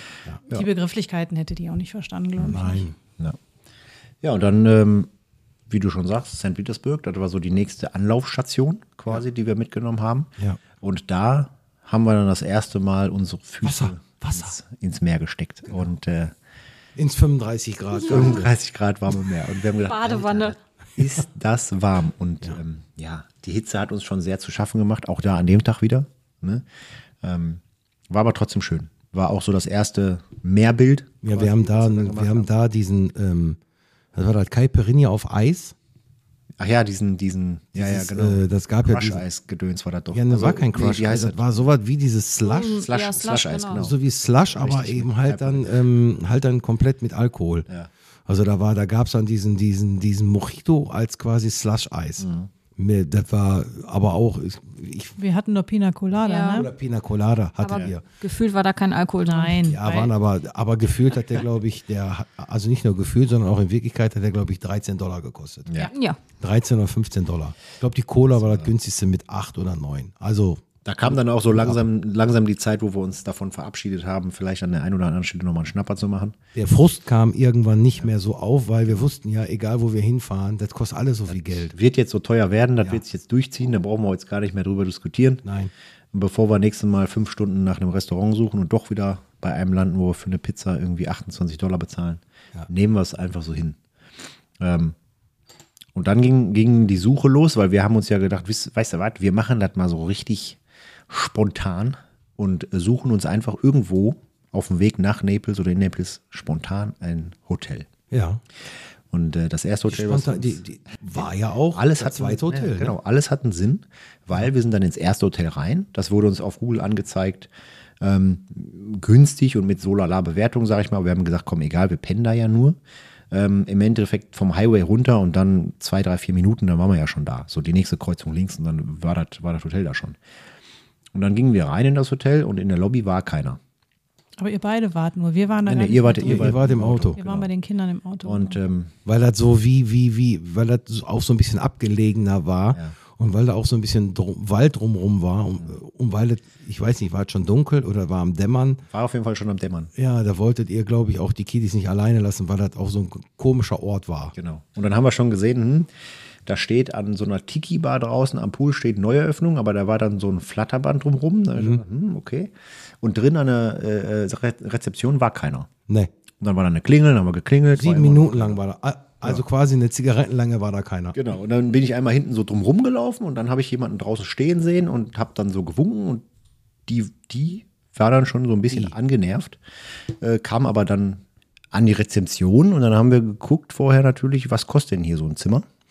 Die Begrifflichkeiten hätte die auch nicht verstanden, glaube ich. Nein. Ja, ja und dann, ähm, wie du schon sagst, Sankt Petersburg, das war so die nächste Anlaufstation quasi, die wir mitgenommen haben. Ja. Und da haben wir dann das erste Mal unsere Füße Wasser, Wasser. Ins, ins Meer gesteckt. Und äh, Ins fünfunddreißig Grad. fünfunddreißig Grad warme Meer. Und wir haben gedacht, Badewanne. Alter, ist das warm? Und ja. Ähm, ja, die Hitze hat uns schon sehr zu schaffen gemacht, auch da an dem Tag wieder. Ne? Ähm, war aber trotzdem schön. War auch so das erste Meerbild. Ja, wir haben da, wir haben da diesen, ähm, was war das, Caipirinha auf Eis. Ach ja, diesen, diesen, ja, ja, Dieses, genau. äh, das gab ja diesen, Crush-Eis-Gedöns war das doch. ja, das Also, war kein nee, Crush, wie heißt das das? war sowas wie dieses Slush. Slush, Ja, Slush, Slush-Eis, genau. genau. So wie Slush, aber Richtig, eben mit halt dann, ähm, halt dann komplett mit Alkohol. Ja. Also da war, da gab es dann diesen, diesen, diesen Mojito als quasi Slush-Eis. Mhm. Mir- Das war aber auch, ich, ich Wir hatten doch Pina Colada, Ja. oder ne? Pina Colada hattet aber ihr. gefühlt war da kein Alkohol drin. Nein. Ja, weil- waren aber, aber gefühlt hat der, glaube ich, der, hat- also nicht nur gefühlt, sondern auch in Wirklichkeit hat der, glaube ich, dreizehn Dollar gekostet. Ja. Ja. dreizehn oder fünfzehn Dollar. Ich glaube, die Cola war das günstigste mit acht oder neun. Also, Da kam dann auch so langsam, langsam die Zeit, wo wir uns davon verabschiedet haben, vielleicht an der einen oder anderen Stelle nochmal einen Schnapper zu machen. der Frust kam irgendwann nicht mehr so auf, weil wir wussten ja, egal wo wir hinfahren, das kostet alles so viel Geld. Wird jetzt so teuer werden, das wird sich jetzt durchziehen, da brauchen wir jetzt gar nicht mehr drüber diskutieren. Nein. Und bevor wir nächstes Mal fünf Stunden nach einem Restaurant suchen und doch wieder bei einem landen, wo wir für eine Pizza irgendwie achtundzwanzig Dollar bezahlen, nehmen wir es einfach so hin. Ähm, und dann ging, ging die Suche los, weil wir haben uns ja gedacht, weißt, weißt du was, wir machen das mal so richtig spontan und suchen uns einfach irgendwo auf dem Weg nach Naples oder in Naples spontan ein Hotel. Ja. Und äh, das erste Hotel, was Spontan, die, die war ja auch alles das hat zweite Hotel. Ja, ne? genau, alles hat einen Sinn, weil wir sind dann ins erste Hotel rein. Das wurde uns auf Google angezeigt, ähm, günstig und mit so lala Bewertung, sage ich mal. Wir haben gesagt, komm, egal, wir pennen da ja nur. Ähm, Im Endeffekt vom Highway runter und dann zwei, drei, vier Minuten, dann waren wir ja schon da. So die nächste Kreuzung links und dann war das, war das Hotel da schon. Und dann gingen wir rein in das Hotel und in der Lobby war keiner. Aber ihr beide wart nur. Wir waren da Nee, gar nee, nicht ihr mit wart, drin. ihr wart, Ihr wart im Auto. Wir waren bei den Kindern im Auto. Und ähm, Weil das so wie, wie, wie, weil das so- auch so ein bisschen abgelegener war Ja. und weil da auch so ein bisschen drum, Wald drumrum war und, und weil das, ich weiß nicht, war es schon dunkel oder war am Dämmern? war auf jeden Fall schon am Dämmern. Ja, da wolltet ihr, glaube ich, auch die Kiddies nicht alleine lassen, weil das auch so ein komischer Ort war. Genau. Und dann haben wir schon gesehen, hm, da steht an so einer Tiki-Bar draußen am Pool steht Neueröffnung, aber da war dann so ein Flatterband drumrum. Da hab ich gedacht, hm, okay. Und drin an der äh, Re Rezeption war keiner. Ne, Und dann war da eine Klingel, dann haben wir geklingelt. war sieben immer noch Minuten keiner. lang war da, also quasi eine Zigarettenlange war da keiner. Genau. Und dann bin ich einmal hinten so drumrum gelaufen und dann habe ich jemanden draußen stehen sehen und habe dann so gewunken und die, die war dann schon so ein bisschen angenervt, äh, kam aber dann an die Rezeption und dann haben wir geguckt vorher natürlich, was kostet denn hier so ein Zimmer?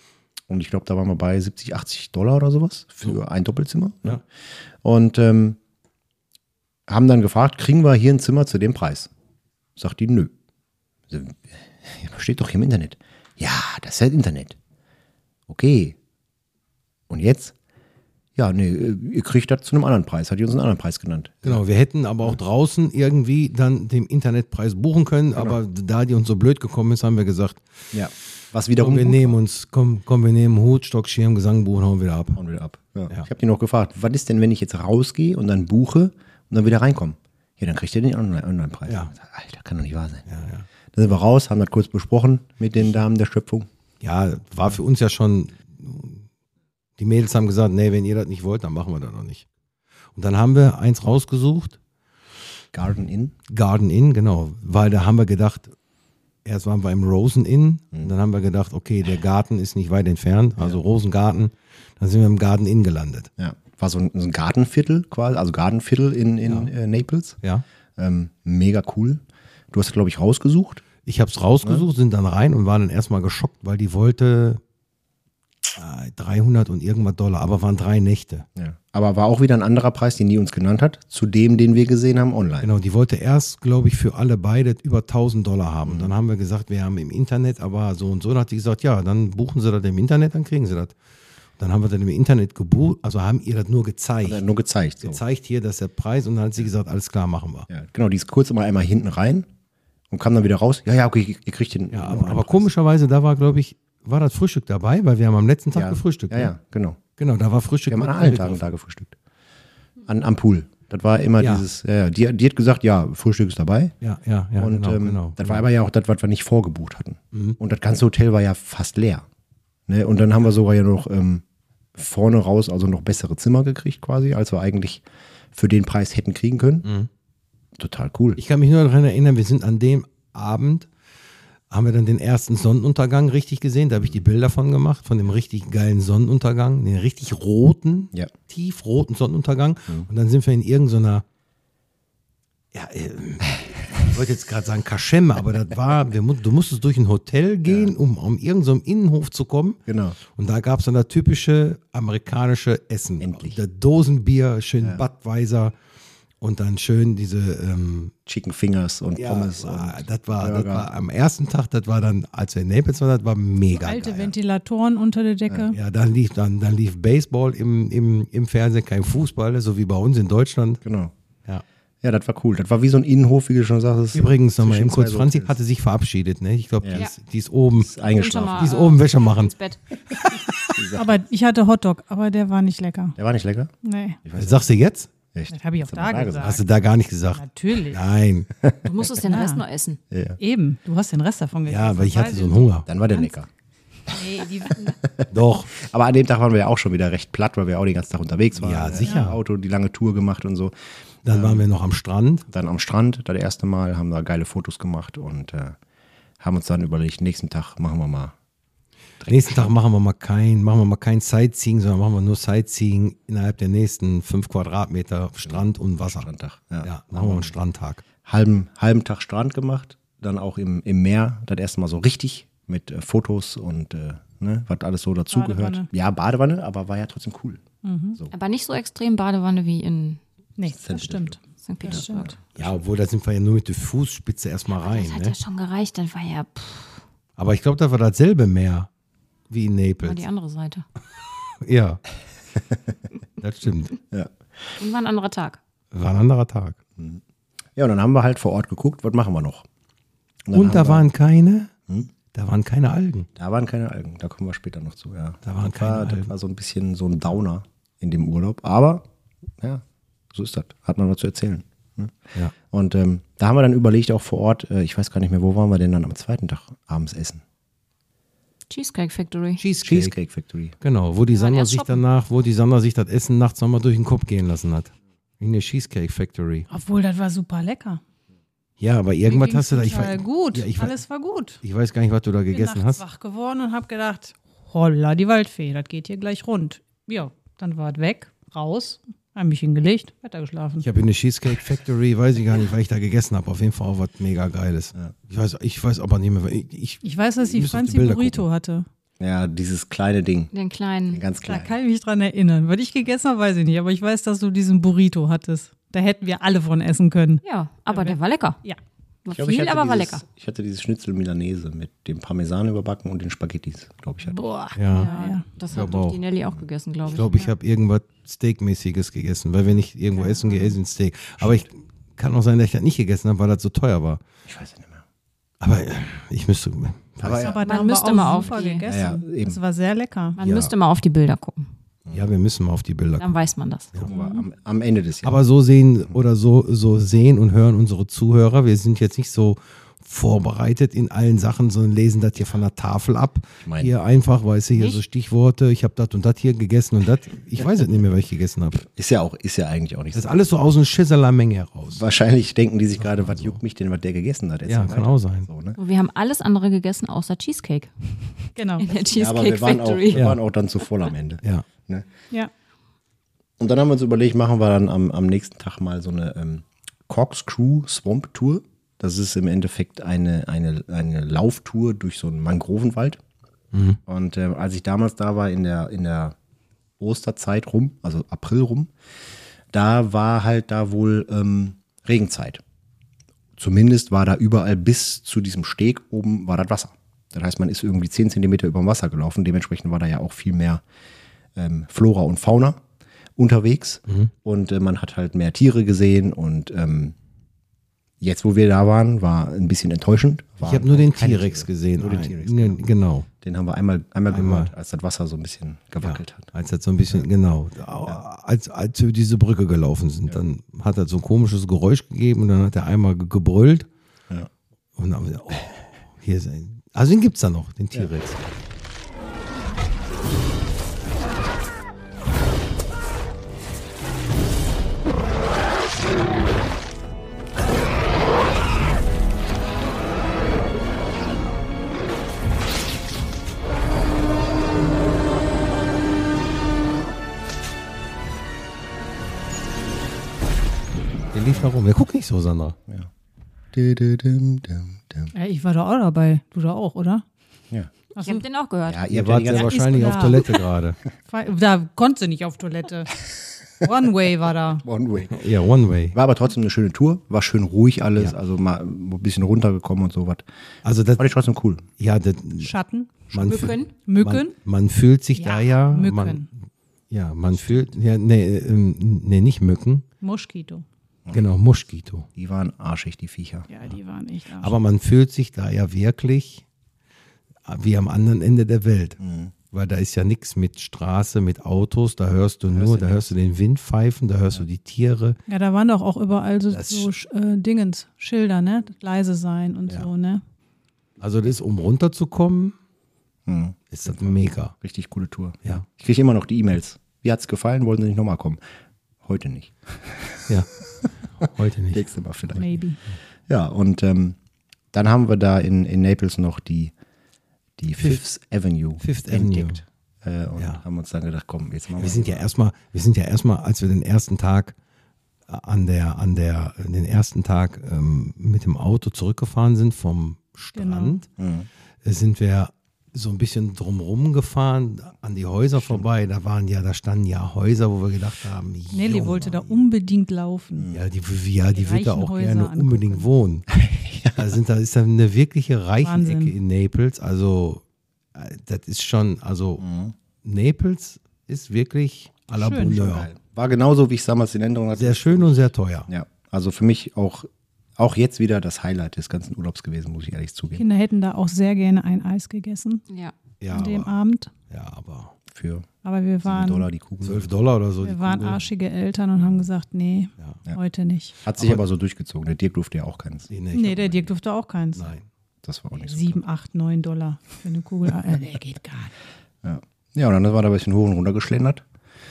Und ich glaube, da waren wir bei siebzig, achtzig Dollar oder sowas für ein Doppelzimmer. Ja. Und ähm, haben dann gefragt, kriegen wir hier ein Zimmer zu dem Preis? Sagt die, nö. So, ja, steht doch hier im Internet. Ja, das ist ja Internet. Okay. Und jetzt? Ja, nee, ihr kriegt das zu einem anderen Preis. Hat die uns einen anderen Preis genannt. Genau, wir hätten aber auch draußen irgendwie dann den Internetpreis buchen können, aber da die uns so blöd gekommen ist, haben wir gesagt, Ja. Was wiederum komm, wir gut nehmen war. uns, komm, komm, wir nehmen Hut, Stock, Schirm, Gesangbuch und hauen wieder ab. Hauen wieder ab. Ja. Ja. Ich habe die noch gefragt, was ist denn, wenn ich jetzt rausgehe und dann buche und dann wieder reinkomme? Ja, dann kriegt ihr den Online- Online-Preis. Ja. Alter, kann doch nicht wahr sein. Ja, ja. Dann sind wir raus, haben das kurz besprochen mit den Damen der Schöpfung. Ja, war für uns ja schon, die Mädels haben gesagt, nee, wenn ihr das nicht wollt, dann machen wir das noch nicht. Und dann haben wir eins rausgesucht, Garden Inn. Garden Inn, genau, weil da haben wir gedacht, erst waren wir im Rosen Inn, und dann haben wir gedacht, okay, der Garten ist nicht weit entfernt, also Rosengarten, dann sind wir im Garden Inn gelandet. Ja. War so ein, so ein Gartenviertel quasi, also Gartenviertel in, in äh, Naples. Ja. Ähm, mega cool. Du hast, glaube ich, rausgesucht. Ich habe es rausgesucht, sind dann rein und waren dann erstmal geschockt, weil die wollte äh, dreihundert und irgendwas Dollar, aber waren drei Nächte. Ja. Aber war auch wieder ein anderer Preis, den die uns genannt hat, zu dem, den wir gesehen haben online. Genau, die wollte erst, glaube ich, für alle beide über tausend Dollar haben. Dann haben wir gesagt, wir haben im Internet, aber so und so. Dann hat die gesagt, ja, dann buchen sie das im Internet, dann kriegen sie das. Dann haben wir das im Internet gebucht, also haben ihr das nur gezeigt. Hat er nur gezeigt. So. Gezeigt hier, das ist der Preis und dann hat sie gesagt, alles klar, machen wir. Ja, genau, die ist kurz immer einmal hinten rein und kam dann wieder raus. Ja, ja, okay, ihr kriegt den. Ja, aber, aber komischerweise, da war, glaube ich, war das Frühstück dabei, weil wir haben am letzten Tag ja, gefrühstückt. Ja, ne? ja, genau. Genau, da war Frühstück. Wir haben mit an allen Tagen einbegriffen. da gefrühstückt. An, am Pool. Das war immer Ja. dieses, ja, ja, die, die hat gesagt, ja, Frühstück ist dabei. Ja, ja, ja, und genau, ähm, genau. das war aber ja auch das, was wir nicht vorgebucht hatten. Und das ganze Hotel war ja fast leer. Ne? Und dann haben wir sogar ja noch ähm, vorne raus also noch bessere Zimmer gekriegt quasi, als wir eigentlich für den Preis hätten kriegen können. Total cool. Ich kann mich nur daran erinnern, wir sind an dem Abend, haben wir dann den ersten Sonnenuntergang richtig gesehen. Da habe ich die Bilder von gemacht, von dem richtig geilen Sonnenuntergang, den richtig roten, Ja. tiefroten Sonnenuntergang. Und dann sind wir in irgendeiner, ja, äh, ich wollte jetzt gerade sagen Kaschemme, aber das war, wir, mu- du musstest durch ein Hotel gehen, um um irgendeinem so Innenhof zu kommen. Genau. Und da gab es dann das typische amerikanische Essen. Endlich. Der Dosenbier, schön Budweiser und dann schön diese ähm, Chicken Fingers und ja, Pommes. war, und das, war, das Burger. war am ersten Tag, das war dann, als wir in Naples waren, das war mega Alte geil. Ventilatoren unter der Decke. Ja, dann lief, dann, dann lief Baseball im, im, im Fernsehen, kein Fußball, so wie bei uns in Deutschland. Genau. Ja. Ja, das war cool. Das war wie so ein Innenhof, wie du schon sagst. Übrigens nochmal zwischen eben kurz, zwei Franzi Hotels. hatte sich verabschiedet, ne? Ich glaube, Ja. die, ist, die ist oben, Ist eingeschlafen. die ist oben Wäsche machen. Ins Bett. Aber ich hatte Hotdog, aber der war nicht lecker. Der war nicht lecker? Nee, Sagst du jetzt? Echt? das habe ich auch Das da hat man gesagt. Hast du da gar nicht gesagt? Natürlich. Nein. Du musstest den Rest noch essen. Ja. Eben, du hast den Rest davon gegessen. Ja, aber ich hatte Weiß so einen Hunger. Dann war der lecker. Nee, die, Doch. Aber an dem Tag waren wir ja auch schon wieder recht platt, weil wir auch den ganzen Tag unterwegs waren. Ja, Äh, sicher. Auto, die lange Tour gemacht und so. Dann waren wir noch am Strand. Dann am Strand, da das erste Mal, haben da geile Fotos gemacht und äh, haben uns dann überlegt, nächsten Tag machen wir mal. Nächsten Tag machen wir mal kein, machen wir mal kein Sightseeing, sondern machen wir nur Sightseeing innerhalb der nächsten fünf Quadratmeter Strand und Wasser. Strandtag. Ja, Ja. machen wir einen Strandtag. Halben, halben Tag Strand gemacht, dann auch im, im Meer, das erste Mal so richtig mit äh, Fotos und äh, ne, was alles so dazugehört. Badewanne. Ja, Badewanne, aber war ja trotzdem cool. Aber nicht so extrem Badewanne wie in nee, das stimmt. Sankt Petersburg. Ja, obwohl da sind wir ja nur mit der Fußspitze erstmal rein. Das hat Ne? ja schon gereicht, dann war ja pff, Aber ich glaube, das war dasselbe Meer wie in war Naples. die andere Seite. Ja, das stimmt. Und war ein anderer Tag. War ein anderer Tag. Ja, und dann haben wir halt vor Ort geguckt, was machen wir noch. dann Und da haben wir- waren keine, da waren keine Algen. Da waren keine Algen, da kommen wir später noch zu, ja. Da waren das war, keine das Algen. war so ein bisschen so ein Downer in dem Urlaub, aber ja, so ist das. Hat man was zu erzählen. Ne? Ja. Und ähm, da haben wir dann überlegt, auch vor Ort, äh, ich weiß gar nicht mehr, wo waren wir denn dann am zweiten Tag abends essen? Cheesecake Factory. Cheesecake. Cheesecake Factory. Genau, wo die waren Sandra erst sich shoppen. danach, wo die Sandra sich das Essen nachts nochmal durch den Kopf gehen lassen hat. In der Cheesecake Factory. Obwohl, das war super lecker. Ja, aber Mir irgendwas ging's hast du da. Ich, total weiß- gut. Ja, ich, weiß- Alles war gut. ich weiß gar nicht, was du da Ich bin gegessen nachts hast. wach geworden und habe gedacht, holla, die Waldfee, das geht hier gleich rund. Ja, dann war es weg, raus, ein mich hingelegt, weitergeschlafen. Ich habe in der Cheesecake Factory, weiß ich gar nicht, was ich da gegessen habe. Auf jeden Fall auch was mega Geiles. Ich, weiß, ich weiß aber nicht mehr. Ich, ich, Ich weiß, dass die Müsst auf die Franzi Bilder Burrito hatte. Ja, dieses kleine Ding. Den kleinen. Ganz Da klein. kann ich mich dran erinnern. Was ich gegessen habe, weiß ich nicht. Aber ich weiß, dass du diesen Burrito hattest. Da hätten wir alle von essen können. Ja, aber der war lecker. Ja. War Ich glaube, viel, ich hatte aber war dieses, lecker. Ich hatte dieses Schnitzel Milanese mit dem Parmesan überbacken und den Spaghettis, glaube ich. Hatte. Boah. Ja. Ja, ja. Das glaub hat doch auch. die Nelly auch gegessen, glaube Ich ich. glaube, ich habe irgendwas Steakmäßiges gegessen, weil wenn ich irgendwo essen gehe, esse ich ein Steak. Aber ich kann auch sein, dass ich das nicht gegessen habe, weil das so teuer war. Ich weiß nicht mehr. Aber äh, ich müsste. Aber ja, Aber da Man haben wir müsste auch mal auf super die- gegessen. Ja, ja, eben. Das war sehr lecker. Man Ja. müsste mal auf die Bilder gucken. ja, wir müssen mal auf die Bilder Dann gucken. weiß man das. gucken wir am, am Ende des Jahres. Aber so sehen oder so, so sehen und hören unsere Zuhörer. Wir sind jetzt nicht so vorbereitet in allen Sachen, sondern lesen das hier von der Tafel ab. Ich meine- Hier einfach, weißt du, hier Nicht? so Stichworte, ich habe das und das hier gegessen und das. Ich weiß es nicht mehr, was ich gegessen habe. Ist ja auch, ist ja eigentlich auch nicht Das so. ist alles so aus einem Schisseler-Menge heraus. Wahrscheinlich denken die sich gerade, was juckt mich denn, was der gegessen hat. Ja, kann auch sein. So, ne? Wir haben alles andere gegessen außer Cheesecake. Genau. In der Ja, aber Cheesecake wir waren, auch, Factory. wir Ja. waren auch dann zu voll am Ende. Ja. Ne? Ja. Und dann haben wir uns überlegt, machen wir dann am, am nächsten Tag mal so eine ähm, Corkscrew Swamp Tour. Das ist im Endeffekt eine, eine, eine Lauftour durch so einen Mangrovenwald. Und äh, als ich damals da war, in der, in der Osterzeit rum, also April rum, da war halt da wohl ähm, Regenzeit. Zumindest war da überall bis zu diesem Steg oben war das Wasser. Das heißt, man ist irgendwie zehn Zentimeter über dem Wasser gelaufen. Dementsprechend war da ja auch viel mehr ähm, Flora und Fauna unterwegs. Und äh, man hat halt mehr Tiere gesehen. Und ähm, jetzt, wo wir da waren, war ein bisschen enttäuschend. Ich Waren habe nur den halt keine T-Rex Tiere. gesehen. Nur den Ein- T-Rex, ne, genau. Genau. Den haben wir einmal, einmal Einmal. gehört, als das Wasser so ein bisschen gewackelt hat. Als das so ein bisschen, genau. Als, als wir diese Brücke gelaufen sind, dann hat er so ein komisches Geräusch gegeben und dann hat er einmal ge- gebrüllt. Ja. Und dann haben wir, oh, hier ist ein. Also den gibt es da noch, den T-Rex. Der lief herum. Ja, guck nicht so, Sandra. Ja. Dü-dü-düm, düm, düm. Ja, ich war da auch dabei. Du da auch, oder? Ja. Ich Achso, habe den auch gehört. Ja, ihr Ihr habt ja wart die ja ganze wahrscheinlich ist auf klar. Toilette gerade. da konnte sie nicht auf Toilette. One Way war da. One Way. Ja, One Way. War aber trotzdem eine schöne Tour, war schön ruhig alles, also mal ein bisschen runtergekommen und sowas. Also das, Fand ich trotzdem cool. ja, das, Schatten, man, Mücken. Man, Mücken. man fühlt sich da ja, Mücken. man, ja, man fühlt, ja, nee, ähm, nee, nicht Mücken, Moskito. genau, Moskito. Die waren arschig, die Viecher. Ja, die waren echt arsch. Aber man fühlt sich da ja wirklich wie am anderen Ende der Welt. Weil da ist ja nichts mit Straße, mit Autos, da hörst du nur, da hörst du den Wind pfeifen, da hörst du die Tiere. Ja, da waren doch auch überall so, Das- so äh, Dingens, Schilder, ne? Leise sein und so, ne? Also das ist, um runterzukommen, Mhm. ist das mega. Richtig coole Tour. Ja, Ich kriege immer noch die E-Mails. Wie hat's gefallen? Wollen Sie nicht nochmal kommen? Heute nicht. ja. Heute nicht. Nächste Mal vielleicht. Maybe. Ja, und ähm, dann haben wir da in, in Naples noch die, die Fifth Avenue Fifth entdeckt. Äh, und Ja. haben uns dann gedacht, komm, jetzt machen wir Wir sind ja erstmal, wir sind ja erstmal, als wir den ersten Tag äh, an der, an der, den ersten Tag ähm, mit dem Auto zurückgefahren sind vom Strand, äh, sind wir so ein bisschen drumrum gefahren, an die Häuser vorbei. Da waren ja, da standen ja Häuser, wo wir gedacht haben, Nelly Junge, wollte da unbedingt laufen. ja, die, ja, die, Die wird da reichen auch Häuser gerne angucken. unbedingt wohnen. Da sind, da ist da eine wirkliche Reichenecke Wahnsinn. in Naples. Also, äh, das ist schon, also, Naples ist wirklich à la Schön. Bonheur. Geil. War genauso, wie ich es damals in Erinnerung hatte. Sehr schön und sehr teuer. Ja, also für mich auch, auch jetzt wieder das Highlight des ganzen Urlaubs gewesen, muss ich ehrlich zugeben. Kinder hätten da auch sehr gerne ein Eis gegessen Ja. Ja, an dem aber, Abend. ja, aber Für Aber wir sieben waren, Dollar die Kugel. zwölf Dollar oder so. wir die waren Kugel. arschige Eltern und haben gesagt, nee, Ja. heute nicht. Hat sich aber, so durchgezogen. Der Dirk durfte ja auch keins. Nee, nee, ich Nee, hab- der Dirk durfte auch keins. Nein. Das war auch nicht so. Sieben, acht, neun Dollar für eine Kugel. Äh, nee, geht gar nicht. Ja. ja, und dann sind wir da ein bisschen hoch und runter geschlendert.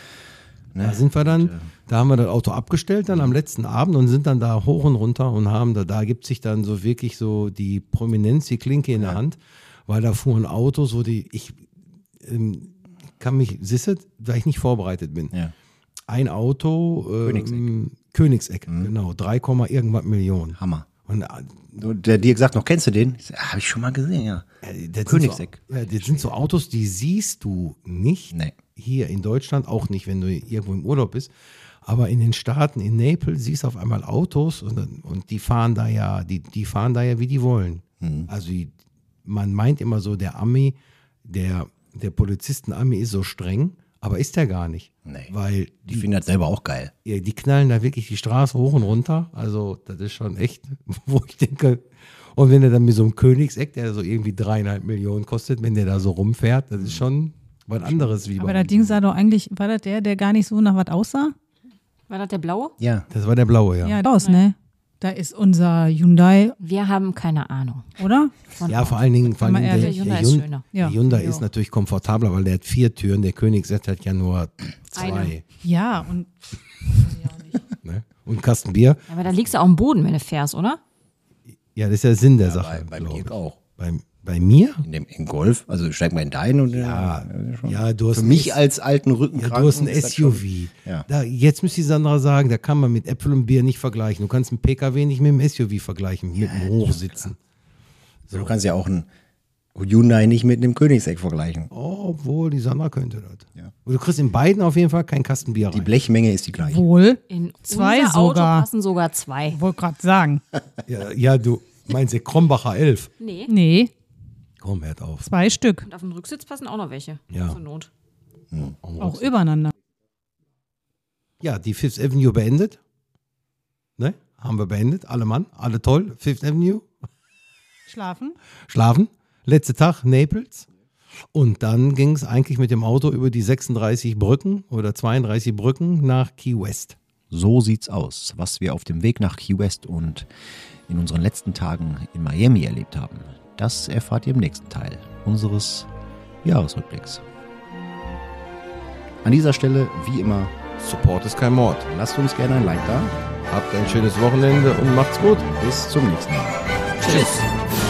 Da sind wir dann, da haben wir das Auto abgestellt dann am letzten Abend und sind dann da hoch und runter und haben da, da gibt sich dann so wirklich so die Prominenz, die Klinke in der Hand, weil da fuhren Autos, wo die, ich ähm, kann mich, siehst du, da ich nicht vorbereitet bin. Ja. Ein Auto, ähm, Königseck. Königseck, genau, drei, irgendwas Millionen. Hammer. Und, Und der Dirk sagt noch, kennst du den? Ich sag, habe ich schon mal gesehen, ja. äh, das Königseck. Sind so, ja, das sind so Autos, die siehst du nicht. Nee. Hier in Deutschland auch nicht, wenn du irgendwo im Urlaub bist. Aber in den Staaten, in Naples, siehst du auf einmal Autos und, und die fahren da ja, die, die fahren da ja, wie die wollen. Mhm. Also die, man meint immer so, der Ami, der, der Polizisten-Ami ist so streng, aber ist der gar nicht. Nee. Weil Die finden das selber auch geil. ja, die knallen da wirklich die Straße hoch und runter. Also das ist schon echt, wo ich denke, und wenn er dann mit so einem Königseck, der so irgendwie dreieinhalb Millionen kostet, wenn der da so rumfährt, das ist schon was anderes wie Aber bei das uns. Ding sah doch eigentlich, war das der, der gar nicht so nach was aussah? War das der blaue? Ja. Das war der blaue, ja. Ja, aus, ne? Da ist unser Hyundai, Wir haben keine Ahnung. oder? Ja, vor allen Dingen, vor allen Mal Dingen der, ehrlich, der, Hyundai ist Hyundai, schöner. Ja. der Hyundai Ja. ist natürlich komfortabler, weil der hat vier Türen, der Königseck hat ja nur zwei. Eine. Ja, und Ne? Und einen Kasten Bier. Aber da liegst du auch am Boden, wenn du fährst, oder? Ja, das ist der Sinn der Bei, Sache. beim glaub Dirk ich. auch. Bei, bei mir? In dem in Golf, also steig mal in deinen und Ja, äh, schon. ja, du hast Für ein mich S- als alten Ja, Rückenkranken du hast ein ist das S U V. schon- Ja. Da, jetzt müsste die Sandra sagen, da kann man mit Äpfel und Bier nicht vergleichen. Du kannst einen P K W nicht mit einem S U V vergleichen, mit dem Hochsitzen. Du kannst ja auch einen Hyundai nicht mit einem Königseck vergleichen. Obwohl, die Sandra könnte das. Ja. Und du kriegst in beiden auf jeden Fall kein Kasten Bier Die rein. Blechmenge ist die gleiche. wohl, In Zwei unser Auto sogar. passen sogar zwei. wollte gerade sagen. Ja, ja, du meinst der Krombacher elf. Nee. Nee, Komm, hört auf. zwei Stück, Und auf dem Rücksitz passen auch noch welche. Ja. Zur Not. auch übereinander. Ja, die Fifth Avenue beendet. Ne? Haben wir beendet. Alle Mann, alle toll. Fifth Avenue. Schlafen? Schlafen. Letzter Tag, Naples. Und dann ging es eigentlich mit dem Auto über die sechsunddreißig Brücken oder zweiunddreißig Brücken nach Key West. So sieht's aus, was wir auf dem Weg nach Key West und in unseren letzten Tagen in Miami erlebt haben. Das erfahrt ihr im nächsten Teil unseres Jahresrückblicks. An dieser Stelle, wie immer, Support ist kein Mord. lasst uns gerne ein Like da. Habt ein schönes Wochenende und macht's gut. Bis zum nächsten Mal. Tschüss.